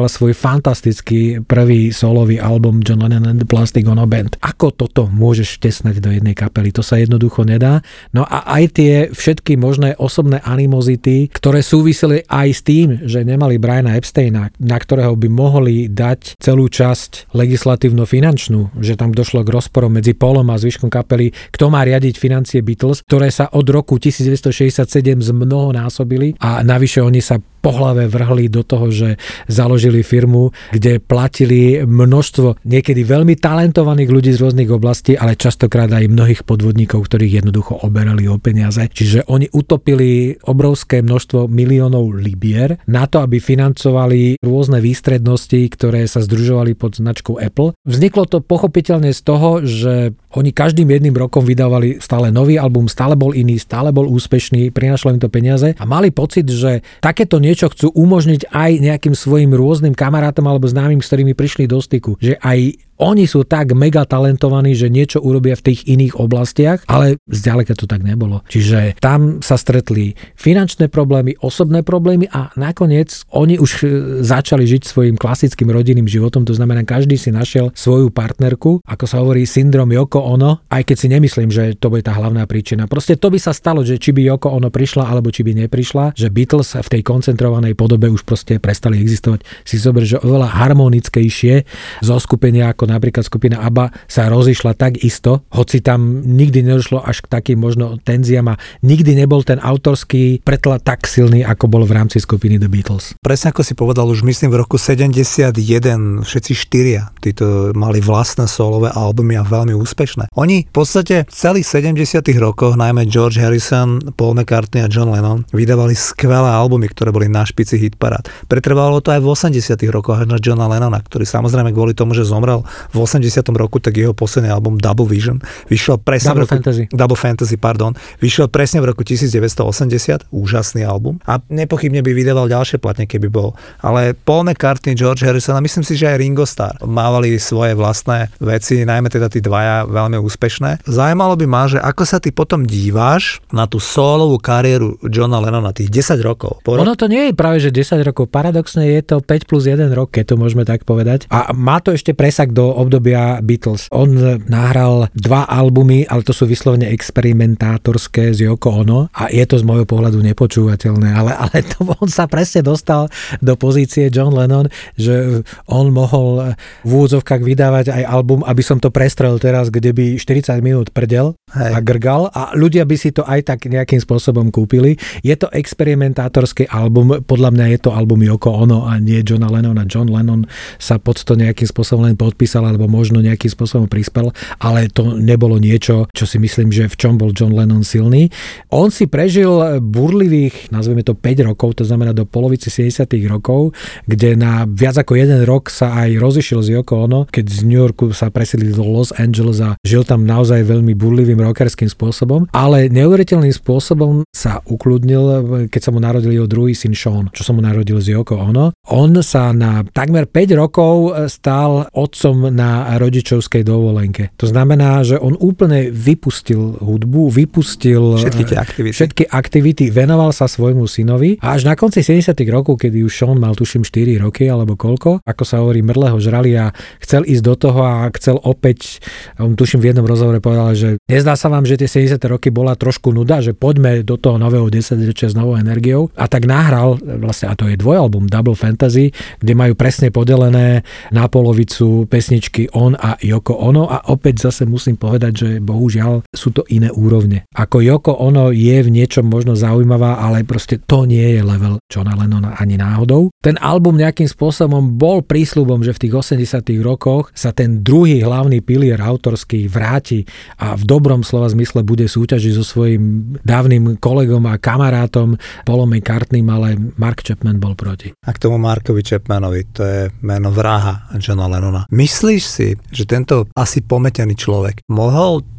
fantastický prvý solový album John Lennon and the Plastic Ono Band. Ako toto môžeš vtesnať do jednej kapely? To sa jednoducho nedá. No a aj tie všetky možné osobné animozity, ktoré súviseli aj s tým, že nemali Briana Epsteina, na ktorého by mohli dať celú časť legislatívno-finančnú, že tam došlo k rozporom medzi Paulom a zvyškom kapely, kto má riadiť financie Beatles, ktoré sa od roku devätnásťstošesťdesiatsedem zmnohonásobili a navyše oni sa po hlave vrhli do toho, že založili firmu, kde platili množstvo niekedy veľmi talentovaných ľudí z rôznych oblastí, ale častokrát aj mnohých podvodníkov, ktorých jednoducho oberali o peniaze. Čiže oni utopili obrovské množstvo miliónov libier na to, aby financovali rôzne výstrednosti, ktoré sa združovali pod značkou Apple. Vzniklo to pochopiteľne z toho, že oni každým jedným rokom vydávali stále nový album, stále bol iný, stále bol úspešný, prinášalo im to peniaze a mali pocit, že takéto niečo chcú umožniť aj nejakým svojim rôznym kamarátom alebo známym, s ktorými prišli do styku. Že aj oni sú tak mega talentovaní, že niečo urobia v tých iných oblastiach, ale zďaleka to tak nebolo. Čiže tam sa stretli finančné problémy, osobné problémy a nakoniec oni už začali žiť svojim klasickým rodinným životom, to znamená, každý si našiel svoju partnerku, ako sa hovorí syndrom Yoko Ono, aj keď si nemyslím, že to bude tá hlavná príčina. Proste to by sa stalo, že či by Yoko Ono prišla, alebo či by neprišla, že Beatles v tej koncentrovanej podobe už proste prestali existovať. Si zober, že oveľa harmonickejšie zoskupenia ako napríklad skupina ABBA sa rozišla tak isto, hoci tam nikdy nedošlo až k takým možno tenziám a nikdy nebol ten autorský pretlak tak silný, ako bol v rámci skupiny The Beatles. Presne ako si povedal, už myslím v roku sedemdesiatjeden všetci štyria títo mali vlastné solové albumy a veľmi úspešné. Oni v podstate v celých sedemdesiatych rokoch, najmä George Harrison, Paul McCartney a John Lennon, vydávali skvelé albumy, ktoré boli na špici hitparád. Pretrvalo to aj v osemdesiatych rokoch až na Johna Lennona, ktorý samozrejme kvôli tomu, že zomrel v osemdesiatom roku, tak jeho posledný album Double Vision vyšiel presne Double v roku, Fantasy. Double Fantasy, pardon, vyšiel presne v roku devätnásťstoosemdesiat, úžasný album a nepochybne by vydával ďalšie platne, keby bol. Ale Paul McCartney, George Harrison a myslím si, že aj Ringo Starr mávali svoje vlastné veci, najmä teda tí dvaja veľmi úspešné. Zajímalo by ma, že ako sa ty potom díváš na tú solovú kariéru Johna Lennona, tých desať rokov. Po Ono to nie je práve, že desať rokov, paradoxne je to päť plus jeden rok, keď to môžeme tak povedať. A má to ešte presah do obdobia Beatles. On nahral dva albumy, ale to sú vyslovene experimentátorské z Yoko Ono a je to z môjho pohľadu nepočúvateľné, ale, ale to, on sa presne dostal do pozície John Lennon, že on mohol v úvodzovkách vydávať aj album, aby som to prestrel teraz, kde by štyridsať minút prdel Hej. a grgal a ľudia by si to aj tak nejakým spôsobom kúpili. Je to experimentátorský album, podľa mňa je to album Yoko Ono a nie Johna Lennona. John Lennon sa pod to nejakým spôsobom len podpísal alebo možno nejakým spôsobom prispel, ale to nebolo niečo, čo si myslím, že v čom bol John Lennon silný. On si prežil burlivých, nazveme to päť rokov, to znamená do polovice sedemdesiatych rokov, kde na viac ako jeden rok sa aj rozišiel z Yoko Ono, keď z New Yorku sa preselil do Los Angeles a žil tam naozaj veľmi burlivým rockerským spôsobom, ale neuveriteľným spôsobom sa ukludnil, keď sa mu narodil jeho druhý syn Sean, čo sa mu narodil z Yoko Ono. On sa na takmer päť rokov stal otcom na rodičovskej dovolenke. To znamená, že on úplne vypustil hudbu, vypustil všetky tie aktivity. Všetky aktivity, venoval sa svojmu synovi a až na konci sedemdesiatych rokov, kedy už Sean mal tuším štyri roky alebo koľko, ako sa hovorí, mrleho žrali a chcel ísť do toho a chcel opäť, on tuším v jednom rozhovore povedal, že nezdá sa vám, že tie sedemdesiate roky bola trošku nuda, že poďme do toho nového desaťročia s novou energiou a tak nahral, vlastne a to je dvojalbum Double Fantasy, kde majú presne podelené na polovicu pesničky on a Yoko Ono a opäť zase musím povedať, že bohužiaľ sú to iné úrovne. Ako Yoko Ono je v niečom možno zaujímavá, ale proste to nie je level Johna Lennona ani náhodou. Ten album nejakým spôsobom bol prísľubom, že v tých osemdesiatych rokoch sa ten druhý hlavný pilier autorský vráti a v dobrom slova zmysle bude súťažiť so svojím dávnym kolegom a kamarátom Paulom McCartneym, ale Mark Chapman bol proti. A k tomu Markovi Chapmanovi, to je meno vraha Johna Lennona. Myslíš si, že tento asi pometený človek mohol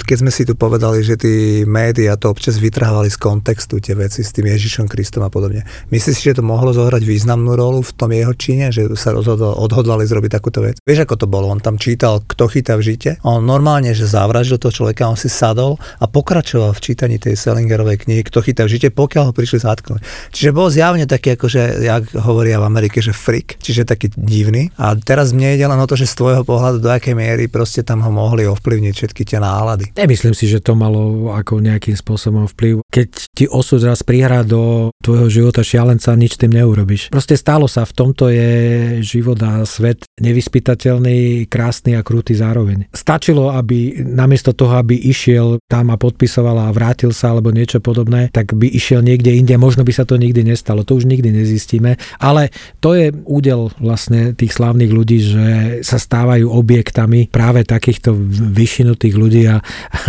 keď sme si tu povedali, že tí médiá to občas vytrhávali z kontextu tie veci s tým Ježišom Kristom a podobne. Myslíš si, že to mohlo zohrať významnú rolu v tom jeho čine, že sa rozhodol, odhodlali zrobiť takúto vec? Vieš, ako to bolo? On tam čítal Kto chytá v žite. On normálne, že zavraždil toho človeka, on si sadol a pokračoval v čítaní tej Salingerovej knihy Kto chytá v žite, pokiaľ ho prišli zatknúť. Čiže bol zjavne taký, akože, jak hovoria v Amerike, že freak, čiže taký divný. A teraz mne ide len o to, že z tvojho pohľadu do akej miery proste tam ho mohli ovplyvniť všetky tie nálady. Nemyslím si, že to malo ako nejakým spôsobom vplyv. Keď ti osud raz prihrá do tvojho života šialenca, nič tým neurobíš. Proste stálo sa, v tomto je život a svet nevyspytateľný, krásny a krutý zároveň. Stačilo, aby namiesto toho, aby išiel tam a podpisoval a vrátil sa alebo niečo podobné, tak by išiel niekde inde. Možno by sa to nikdy nestalo. To už nikdy nezistíme. Ale to je údel vlastne tých slávnych ľudí, že sa stávajú objektami práve takýchto vyšinutých ľudí a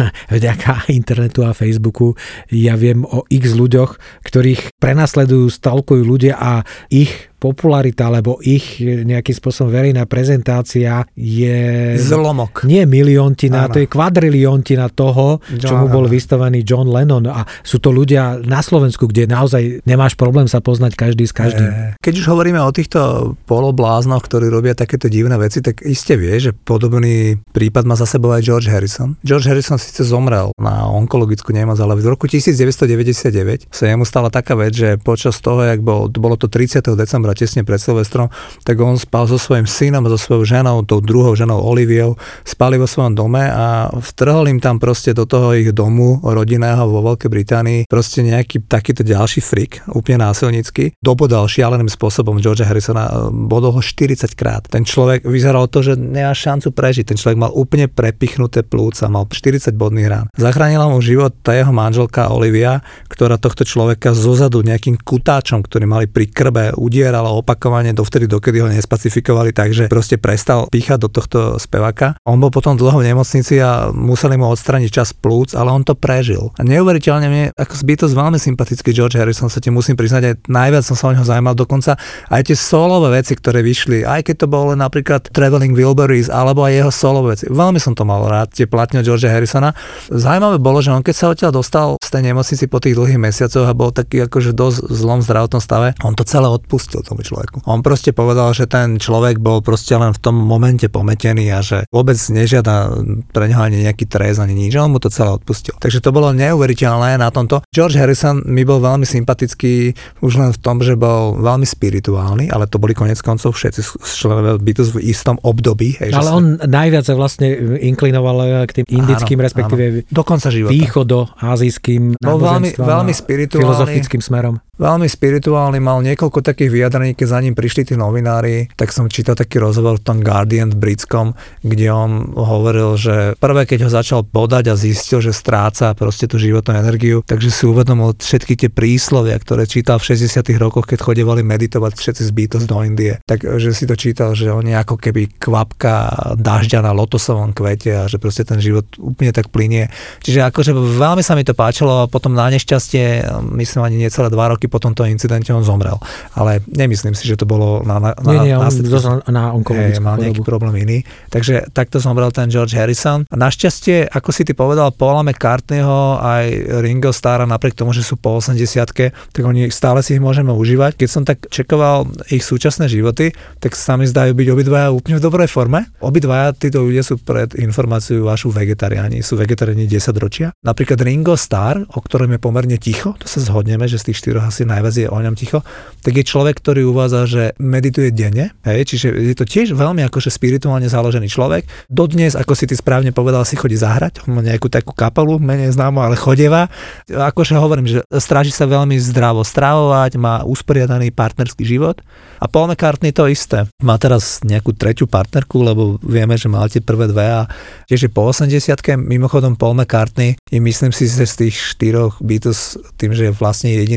vďaka internetu a Facebooku ja viem o x ľuďoch, ktorých prenasledujú, stalkujú ľudia a ich popularita, alebo ich nejakým spôsobom verejná prezentácia je... Zlomok. Nie miliontina, to je kvadriliontina toho, John, čomu bol vystavený John Lennon. A sú to ľudia na Slovensku, kde naozaj nemáš problém sa poznať každý s každým. Keď už hovoríme o týchto polobláznoch, ktorí robia takéto divné veci, tak iste vie, že podobný prípad má za sebou aj George Harrison. George Harrison síce zomrel na onkologickú nemoc, ale v roku devätnásťstodeväťdesiatdeväť sa jemu stala taká vec, že počas toho, jak bol, bolo to tridsiateho decembra tesne pred Silvestrom, tak on spal so svojím synom a so svojou ženou, tou druhou ženou Oliviou, spali vo svojom dome a vtrhol im tam proste do toho ich domu rodinného vo Veľkej Británii proste nejaký takýto ďalší freak, úplne násilnícky. Dobodal šialeným spôsobom George Harrisona, bodol ho štyridsať krát. Ten človek vyzeral to, že nemá šancu prežiť. Ten človek mal úplne prepichnuté plúca, mal štyridsať bodných rán. Zachránila mu život tá jeho manželka Olivia, ktorá tohto človeka zozadu nejakým kutáčom, ktorý mali pri krbe, udierala opakovane dovtedy, dokedy ho nespacifikovali, takže proste prestal píchať do tohto speváka. On bol potom dlho v nemocnici a museli mu odstraniť čas plúc, ale on to prežil. A neuveriteľne mne ako z Beatles veľmi sympatický George Harrison, sa ti musím priznať, aj najviac som sa o neho zaujímal, dokonca aj tie solové veci, ktoré vyšli, aj keď to bolo napríklad Traveling Wilburys, alebo aj jeho solové veci. Veľmi som to mal rád, tie platne od George Harrisona. Zaujímavé bolo, že on keď sa odtiaľ dostal z tej nemocnici po tých dlhých mesiacoch a bol taký akože dosť zlom zdravotnom stave, on to celé odpustil tomu človeku. On proste povedal, že ten človek bol proste len v tom momente pometený a že vôbec nežiada pre neho ani nejaký trest, ani nič, on mu to celé odpustil. Takže to bolo neuveriteľné na tomto. George Harrison mi bol veľmi sympatický už len v tom, že bol veľmi spirituálny, ale to boli konec koncov všetci členovia Beatles v istom období. Hej, ale on sa... najviac vlastne inklinoval k tým indickým, áno, respektíve áno. Do konca života. Východo-ázijským náboženstvom, veľmi, veľmi spirituálny, filozofickým smerom. Veľmi spirituálny, mal niekoľko takých vyjadrení, keď za ním prišli tí novinári, tak som čítal taký rozhovor v tom Guardian britskom, kde on hovoril, že prvé, keď ho začal bodať a zistil, že stráca proste tú životnú energiu, takže si uvedomil všetky tie príslovia, ktoré čítal v šesťdesiatych rokoch, keď chodevali meditovať všetci z Beatles do Indie. Takže si to čítal, že on je ako keby kvapka dažďa na lotosovom kvete a že proste ten život úplne tak plynie. Čiže akože veľmi sa mi to páčilo a potom na nešťastie, myslím ani necelé dva roky po tomto incidente on zomrel. Ale nemyslím si, že to bolo na, na, nie, nie, na, on na onkologickú chorobu. Mal nejaký problém iný. Takže takto zomrel ten George Harrison. A našťastie, ako si ty povedal, Paula McCartneyho aj Ringo Starra, napriek tomu, že sú po osemdesiatke, tak oni stále si ich môžeme užívať. Keď som tak čekoval ich súčasné životy, tak sa mi zdajú byť obidvaja úplne v dobrej forme. Obidvaja títo ľudia sú pred informáciu vašu vegetariáni. Sú vegetariáni desaťročia. Napríklad Ringo Starr, o ktorom je pomerne ticho, to sa zhodneme, že z tých štyroch asi najviac je o ňom ticho, tak je človek, ktorý uvádza, že medituje denne, hej, čiže je to tiež veľmi akože spirituálne založený človek. Dodnes, ako si ty správne povedal, si chodí zahrať, on má nejakú takú kapelu, menej známu, ale chodieva. Akože hovorím, že stráži sa veľmi zdravo stravovať, má usporiadaný partnerský život. A Paul McCartney to isté. Má teraz nejakú tretiu partnerku, lebo vieme, že mal tie prvé dve a tiež je po osemdesiatke. Mimochodom Paul McCartney je, myslím si, že z tých štyroch Beatles, tým, že je vlastne jediný, čo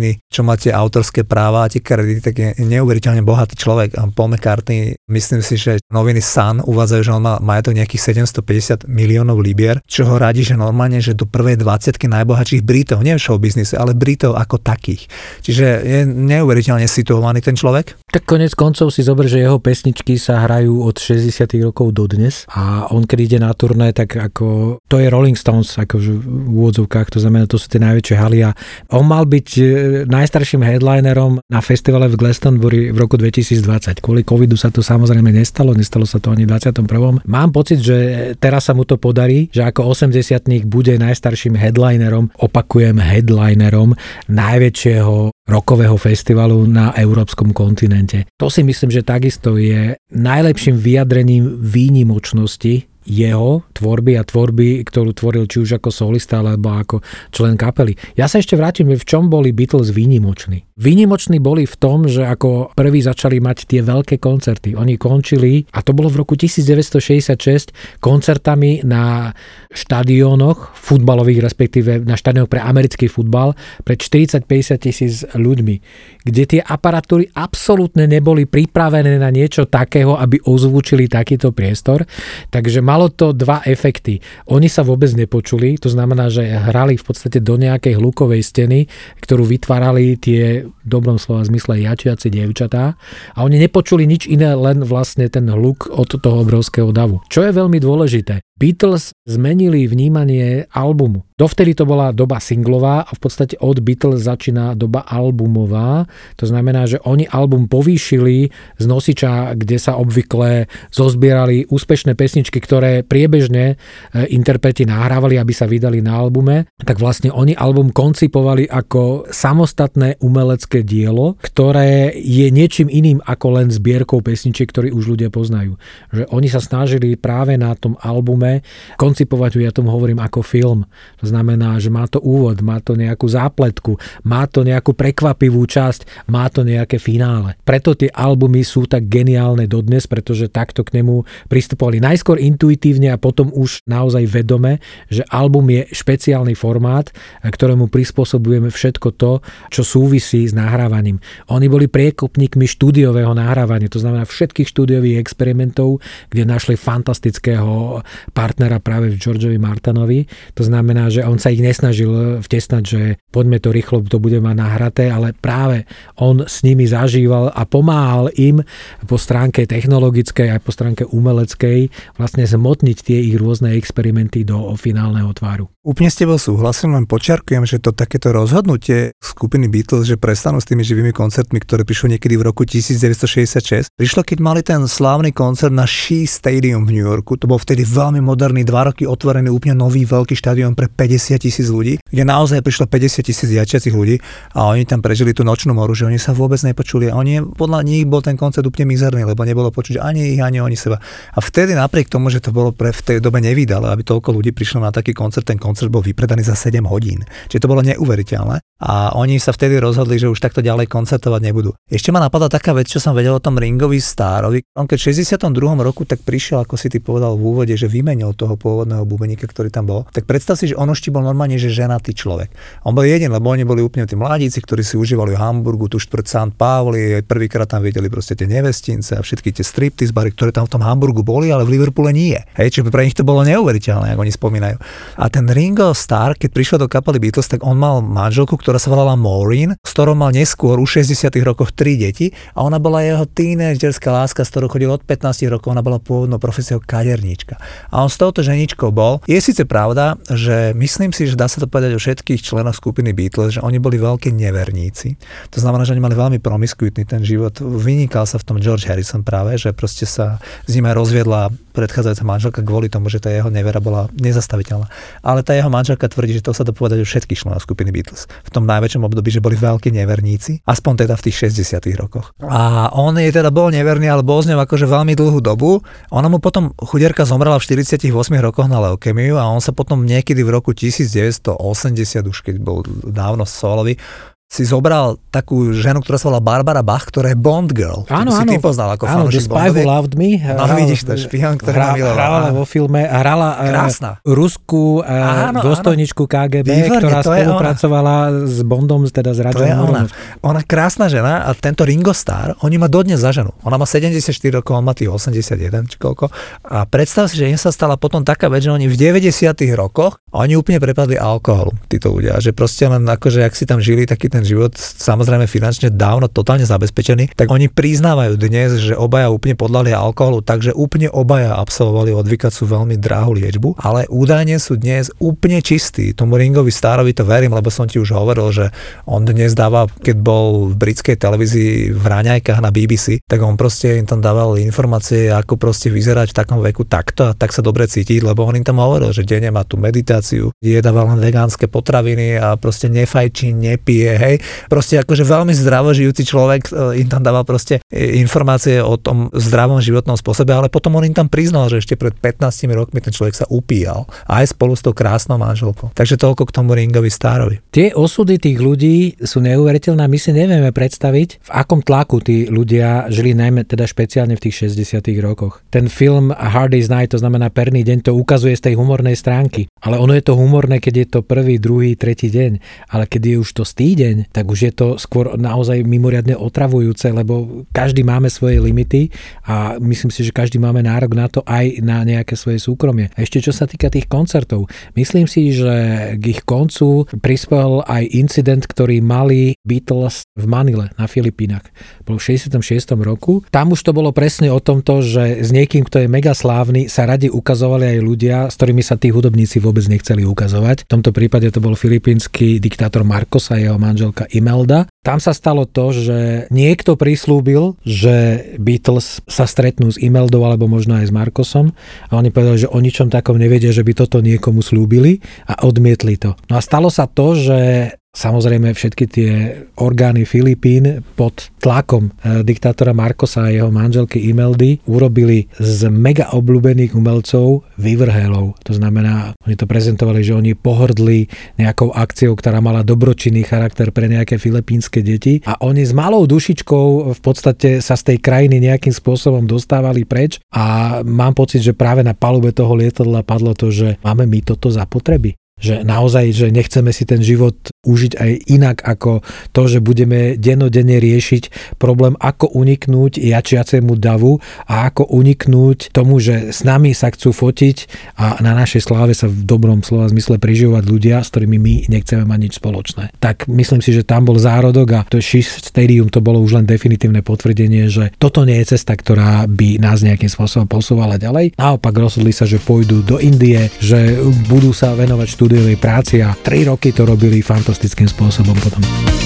čo má tie autorské práva a tie kredity, tak je neuveriteľne bohatý človek. A Paul McCartney, myslím si, že noviny Sun uvádzajú, že on má majetok nejakých sedemstopäťdesiat miliónov libier, čo ho radí, že normálne, že do prvej dvadsiatky najbohatších Britov, nie v showbiznise, ale Britov ako takých. Čiže je neuveriteľne situovaný ten človek. Tak konec koncov si zober, že jeho pesničky sa hrajú od šesťdesiatych rokov dodnes a on keď ide na turné, tak ako to je Rolling Stones, akože v úvodzovkách, to znamená, to sú tie najväčšie haly a on mal byť najstarším headlinerom na festivale v Glastonbury v roku dvetisícdvadsať. Kvôli covidu sa to samozrejme nestalo, nestalo sa to ani v dvadsiatom prvom. Mám pocit, že teraz sa mu to podarí, že ako osemdesiatnik bude najstarším headlinerom, opakujem headlinerom najväčšieho rockového festivalu na európskom kontinente. To si myslím, že takisto je najlepším vyjadrením výnimočnosti jeho tvorby a tvorby, ktorú tvoril či už ako solista alebo ako člen kapely. Ja sa ešte vrátim, v čom boli Beatles výnimoční. Výnimoční boli v tom, že ako prví začali mať tie veľké koncerty. Oni končili, a to bolo v roku devätnásťstošesťdesiatšesť, koncertami na štadiónoch futbalových, respektíve na štadiónoch pre americký futbal, pred štyridsať päťdesiat tisíc ľuďmi, kde tie aparatúry absolútne neboli pripravené na niečo takého, aby ozvučili takýto priestor. Takže malo to dva efekty. Oni sa vôbec nepočuli, to znamená, že hrali v podstate do nejakej hlukovej steny, ktorú vytvárali tie v dobrom slova zmysle jačiaci dievčatá a oni nepočuli nič iné, len vlastne ten hluk od toho obrovského davu. Čo je veľmi dôležité, Beatles zmenili vnímanie albumu. Dovtedy to bola doba singlová a v podstate od Beatles začína doba albumová. To znamená, že oni album povýšili z nosiča, kde sa obvykle zozbierali úspešné pesničky, ktoré priebežne interpreti nahrávali, aby sa vydali na albume. Tak vlastne oni album koncipovali ako samostatné umelecké dielo, ktoré je niečím iným ako len zbierkou pesničiek, ktoré už ľudia poznajú. Že oni sa snažili práve na tom albume koncipovať, ja tomu hovorím ako film. To znamená, že má to úvod, má to nejakú zápletku, má to nejakú prekvapivú časť, má to nejaké finále. Preto tie albumy sú tak geniálne dodnes, pretože takto k nemu pristupovali najskôr intuitívne a potom už naozaj vedome, že album je špeciálny formát, ktorému prispôsobujeme všetko to, čo súvisí s nahrávaním. Oni boli priekopníkmi štúdiového nahrávania, to znamená všetkých štúdiových experimentov, kde našli fantastického partnera práve v Georgeovi Martinovi. To znamená, že on sa ich nesnažil vtesnať, že poďme to rýchlo, to bude mať nahraté, ale práve on s nimi zažíval a pomáhal im po stránke technologickej aj po stránke umeleckej vlastne zmotniť tie ich rôzne experimenty do finálneho tváru. Úplne s tebou súhlasím, len počiarkujem, že to takéto rozhodnutie skupiny Beatles, že prestanú s tými živými koncertmi, ktoré prišlo niekedy v roku devätnásťstošesťdesiatšesť, prišlo, keď mali ten slávny koncert na Shea Stadium v New Yorku. To bol vtedy veľmi moderný, dva roky otvorený úplne nový veľký štadión pre päťdesiat tisíc ľudí, kde naozaj prišlo päťdesiat tisíc jačiacich ľudí a oni tam prežili tú nočnú moru, že oni sa vôbec nepočuli. A oni, podľa nich bol ten koncert úplne mizerný, lebo nebolo počuť ani ich, ani oni seba. A vtedy napriek tomu, že to bolo pre v tej dobe nevydale, aby toľko ľudí prišlo na taký koncert, ten koncert bol vypredaný za sedem hodín. Čiže to bolo neuveriteľné. A oni sa vtedy rozhodli, že už takto ďalej koncertovať nebudú. Ešte ma napadla taká vec, čo som vedel o tom Ringovi Starrovi. On keď v šesťdesiatom druhom roku tak prišiel, ako si ty povedal v úvode, že vymenil toho pôvodného bubeníka, ktorý tam bol. Tak predstav si, že on už bol normálne, že ženatý človek. On bol jeden, lebo oni boli úplne tí mladíci, ktorí si užívali v Hamburgu, tu štvrť Sankt Pauli, prvýkrát tam videli proste tie nevestince a všetky tie striptease bary, ktoré tam v tom Hamburgu boli, ale v Liverpoole nie. Hej, čiže pre nich to bolo neuveriteľné, ako oni spomínajú. A ten Ringo Starr, keď prišiel do kapely Beatles, tak on mal manželku, ktorá sa volala Maureen, s ktorou mal neskôr u šesťdesiatych rokoch tri deti a ona bola jeho tínedžerská láska, s ktorou chodil od pätnásť rokov, ona bola pôvodnou profesiou kaderníčka. A on s touto ženičkou bol. Je síce pravda, že myslím si, že dá sa to povedať o všetkých členoch skupiny Beatles, že oni boli veľkí neverníci. To znamená, že oni mali veľmi promiskuitný ten život. Vynikal sa v tom George Harrison práve, že proste sa s ním aj rozviedla predchádzajúca manželka kvôli tomu, že tá jeho nevera bola nezastaviteľná. Ale tá jeho manželka tvrdí, že to sa dá povedať o všetkých členov skupiny Beatles. V tom najväčšom období, že boli veľkí neverníci, aspoň teda v tých šesťdesiatych rokoch. A on je teda bol neverný, ale bol z ňou akože veľmi dlhú dobu. Ona mu potom chudierka zomrela v štyridsiatich ôsmich rokoch na leukémiu a on sa potom niekedy v roku devätnásťstoosemdesiat, už keď bol dávno solový, si zobral takú ženu, ktorá sa volá Barbara Bach, ktorá je Bond Girl. Áno, si áno. ty poznal ako áno, The fanúšik Spy Who Bondoviek. Loved Me. No vidíš to, špion, ktorý ma miloval. Hrála vo filme, hrala uh, ruskú uh, dôstojničku ká gé bé, Výborne, ktorá to je spolupracovala s Bondom, teda s To je Rajom ona. Moorom. Ona krásna žena a tento Ringo Starr, oni ma dodnes za ženu. Ona má sedemdesiatštyri rokov, on má tých osemdesiatjeden, či koľko. A predstav si, že im sa stala potom taká vec, že oni v deväťdesiatych rokoch a oni úplne prepadli alkoholu, títo ľudia. Že proste len akože, ak si tam žili taký ten život, samozrejme finančne dávno, totálne zabezpečený, tak oni priznávajú dnes, že obaja úplne podľahli alkoholu, takže úplne obaja absolvovali odvykacú veľmi drahú liečbu, ale údajne sú dnes úplne čistí. Tomu Ringovi Starrovi to verím, lebo som ti už hovoril, že on dnes dáva, keď bol v britskej televízii v raňajkách na bé bé cé, tak on proste im tam dával informácie, ako proste vyzerať v takom veku takto a tak sa dobre cítiť, lebo on im tam hovoril, že denne má tú meditáciu, jedával len vegánske potraviny a proste nefajčí, nepije, hej. Proste akože veľmi zdravo žijúci človek im tam dával proste informácie o tom zdravom životnom spôsobe, ale potom on im tam priznal, že ešte pred pätnástimi rokmi ten človek sa upíjal aj spolu s tou krásnou manželkou. Takže toľko k tomu Ringovi Starrovi. Tie osudy tých ľudí sú neuveriteľné, my si nevieme predstaviť, v akom tlaku tí ľudia žili, najmä teda špeciálne v tých šesťdesiatych rokoch. Ten film A Hard Day's Night, to znamená Perný deň, to ukazuje z tej humornej stránky. Ale ono je to humorné, keď je to prvý, druhý, tretí deň. Ale keď je už to stýdeň, tak už je to skôr naozaj mimoriadne otravujúce, lebo každý máme svoje limity a myslím si, že každý máme nárok na to aj na nejaké svoje súkromie. A ešte čo sa týka tých koncertov, myslím si, že k ich koncu prispel aj incident, ktorý mali Beatles v Manile na Filipínach. Bol v šesťdesiatom šiestom roku. Tam už to bolo presne o tomto, že s niekým, kto je mega slávny, sa radi ukazovali aj ľudia, s ktorými sa tí hudobníci vôbec nechceli ukazovať. V tomto prípade to bol filipínsky diktátor Marcos a jeho manželka Imelda. Tam sa stalo to, že niekto prislúbil, že Beatles sa stretnú s Imeldou alebo možno aj s Marcosom a oni povedali, že o ničom takom nevedia, že by toto niekomu slúbili a odmietli to. No a stalo sa to, že samozrejme všetky tie orgány Filipín pod tlakom e, diktátora Marcosa a jeho manželky Imeldy urobili z mega obľúbených umelcov vyvrhelov. To znamená, oni to prezentovali, že oni pohrdli nejakou akciou, ktorá mala dobročinný charakter pre nejaké filipínske deti a oni s malou dušičkou v podstate sa z tej krajiny nejakým spôsobom dostávali preč a mám pocit, že práve na palube toho lietadla padlo to, že máme my toto zapotreby. Že naozaj, že nechceme si ten život užiť aj inak ako to, že budeme dennodenne riešiť problém, ako uniknúť jačiacemu davu a ako uniknúť tomu, že s nami sa chcú fotiť a na našej sláve sa v dobrom slova zmysle prižívať ľudia, s ktorými my nechceme mať nič spoločné. Tak myslím si, že tam bol zárodok a to Shea Stadium to bolo už len definitívne potvrdenie, že toto nie je cesta, ktorá by nás nejakým spôsobom posúvala ďalej. Naopak rozhodli sa, že pôjdu do Indie, že budú sa venovať štúdiovej práci a tri roky to robili fantastickým spôsobom potom.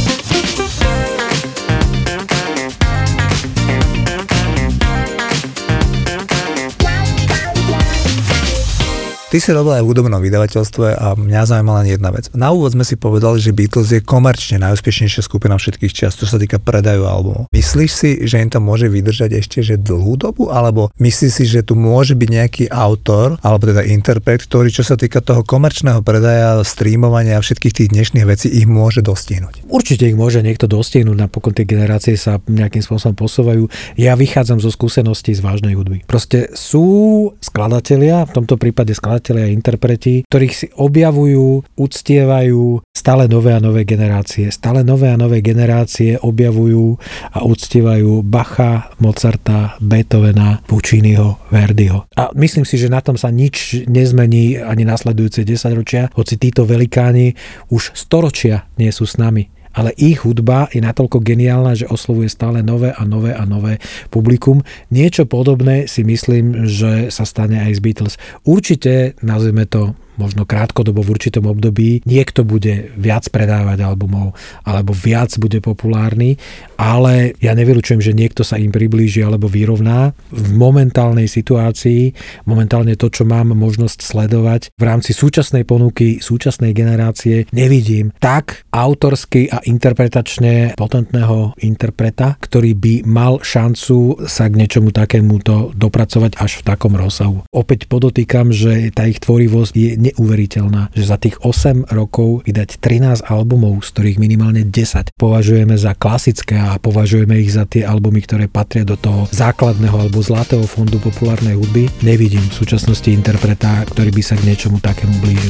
Ty si robil aj v hudobnom vydavateľstve a mňa zaujímala len jedna vec. Na úvod sme si povedali, že Beatles je komerčne najúspešnejšia skupina všetkých čias, čo sa týka predaju albumov. Myslíš si, že im to môže vydržať ešte že dlhú dobu, alebo myslíš si, že tu môže byť nejaký autor, alebo teda interpret, ktorý čo sa týka toho komerčného predaja, streamovania a všetkých tých dnešných vecí ich môže dostihnúť? Určite ich môže niekto dostihnúť, napokon tie generácie sa nejakým spôsobom posúvajú. Ja vychádzam zo skúseností z vážnej hudby. Proste sú skladatelia, v tomto prípade skladatelia a interpreti, ktorých si objavujú, uctievajú stále nové a nové generácie. Stále nové a nové generácie objavujú a uctievajú Bacha, Mozarta, Beethovena, Pucciniho, Verdiho. A myslím si, že na tom sa nič nezmení ani nasledujúce desaťročia, hoci títo velikáni už storočia nie sú s nami. Ale ich hudba je natoľko geniálna, že oslovuje stále nové a nové a nové publikum. Niečo podobné si myslím, že sa stane aj z Beatles. Určite, nazvime to možno krátkodobo v určitom období, niekto bude viac predávať albumov alebo viac bude populárny, ale ja nevylučujem, že niekto sa im priblíži alebo vyrovná. V momentálnej situácii, momentálne to, čo mám možnosť sledovať v rámci súčasnej ponuky, súčasnej generácie, nevidím tak autorsky a interpretačne potentného interpreta, ktorý by mal šancu sa k niečomu takémuto dopracovať až v takom rozsahu. Opäť podotýkam, že tá ich tvorivosť je neuveriteľná, že za tých osem rokov vydať trinásť albumov, z ktorých minimálne desať považujeme za klasické a považujeme ich za tie albumy, ktoré patria do toho základného alebo zlatého fondu populárnej hudby. Nevidím v súčasnosti interpreta, ktorý by sa k niečomu takému blížil.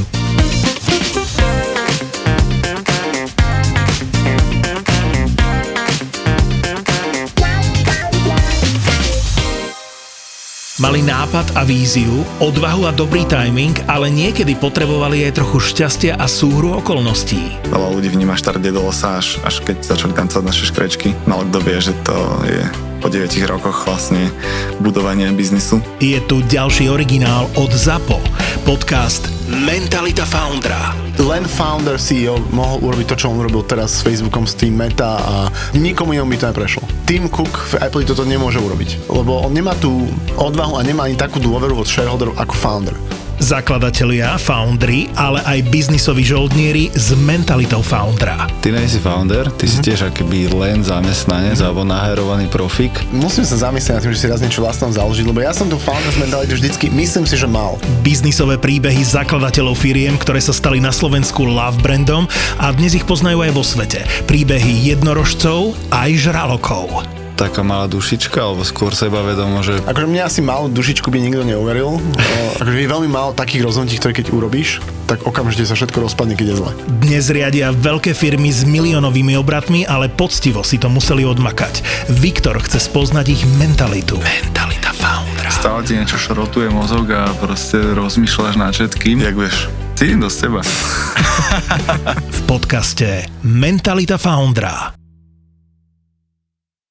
Mali nápad a víziu, odvahu a dobrý timing, ale niekedy potrebovali aj trochu šťastia a súhru okolností. Veľa ľudí vníma štart Dedosa až, až keď začali tancovať naše škrečky. Málo kto vie, že to je po deviatich rokoch vlastne budovanie biznisu. Je tu ďalší originál od ZAPO, podcast Mentalita Foundera. Len founder C E O mohol urobiť to, čo on urobil teraz s Facebookom, s tým Meta a nikomu inom by to neprešlo. Tim Cook v Apple toto nemôže urobiť, lebo on nemá tú odvahu a nemá ani takú dôveru od shareholderov ako founder. Zakladatelia, foundry, ale aj biznisoví žoldnieri s mentalitou foundera. Ty nie si founder, ty mm-hmm. si tiež akoby len zamestnanec mm-hmm. alebo naherovaný profík. Musím sa zamyslieť nad tým, že si raz niečo vlastnom založiť, lebo ja som tu founders mentalitu vždycky, myslím si, že mal. Biznisové príbehy zakladateľov firiem, ktoré sa stali na Slovensku love brandom a dnes ich poznajú aj vo svete. Príbehy jednorožcov aj žralokov. Taká malá dušička, alebo skôr sebavedomo, že... Akože mňa asi malú dušičku by nikto neuveril. Akože je veľmi málo takých rozhodnutí, ktoré keď urobíš, tak okamžite sa všetko rozpadne, keď je zle. Dnes riadia veľké firmy s miliónovými obratmi, ale poctivo si to museli odmakať. Viktor chce spoznať ich mentalitu. Mentalita foundera. Stále ti niečo šrotuje mozog a proste rozmýšľaš nad všetkým. Jak vieš? Ty do seba. V podcaste Mentalita foundera.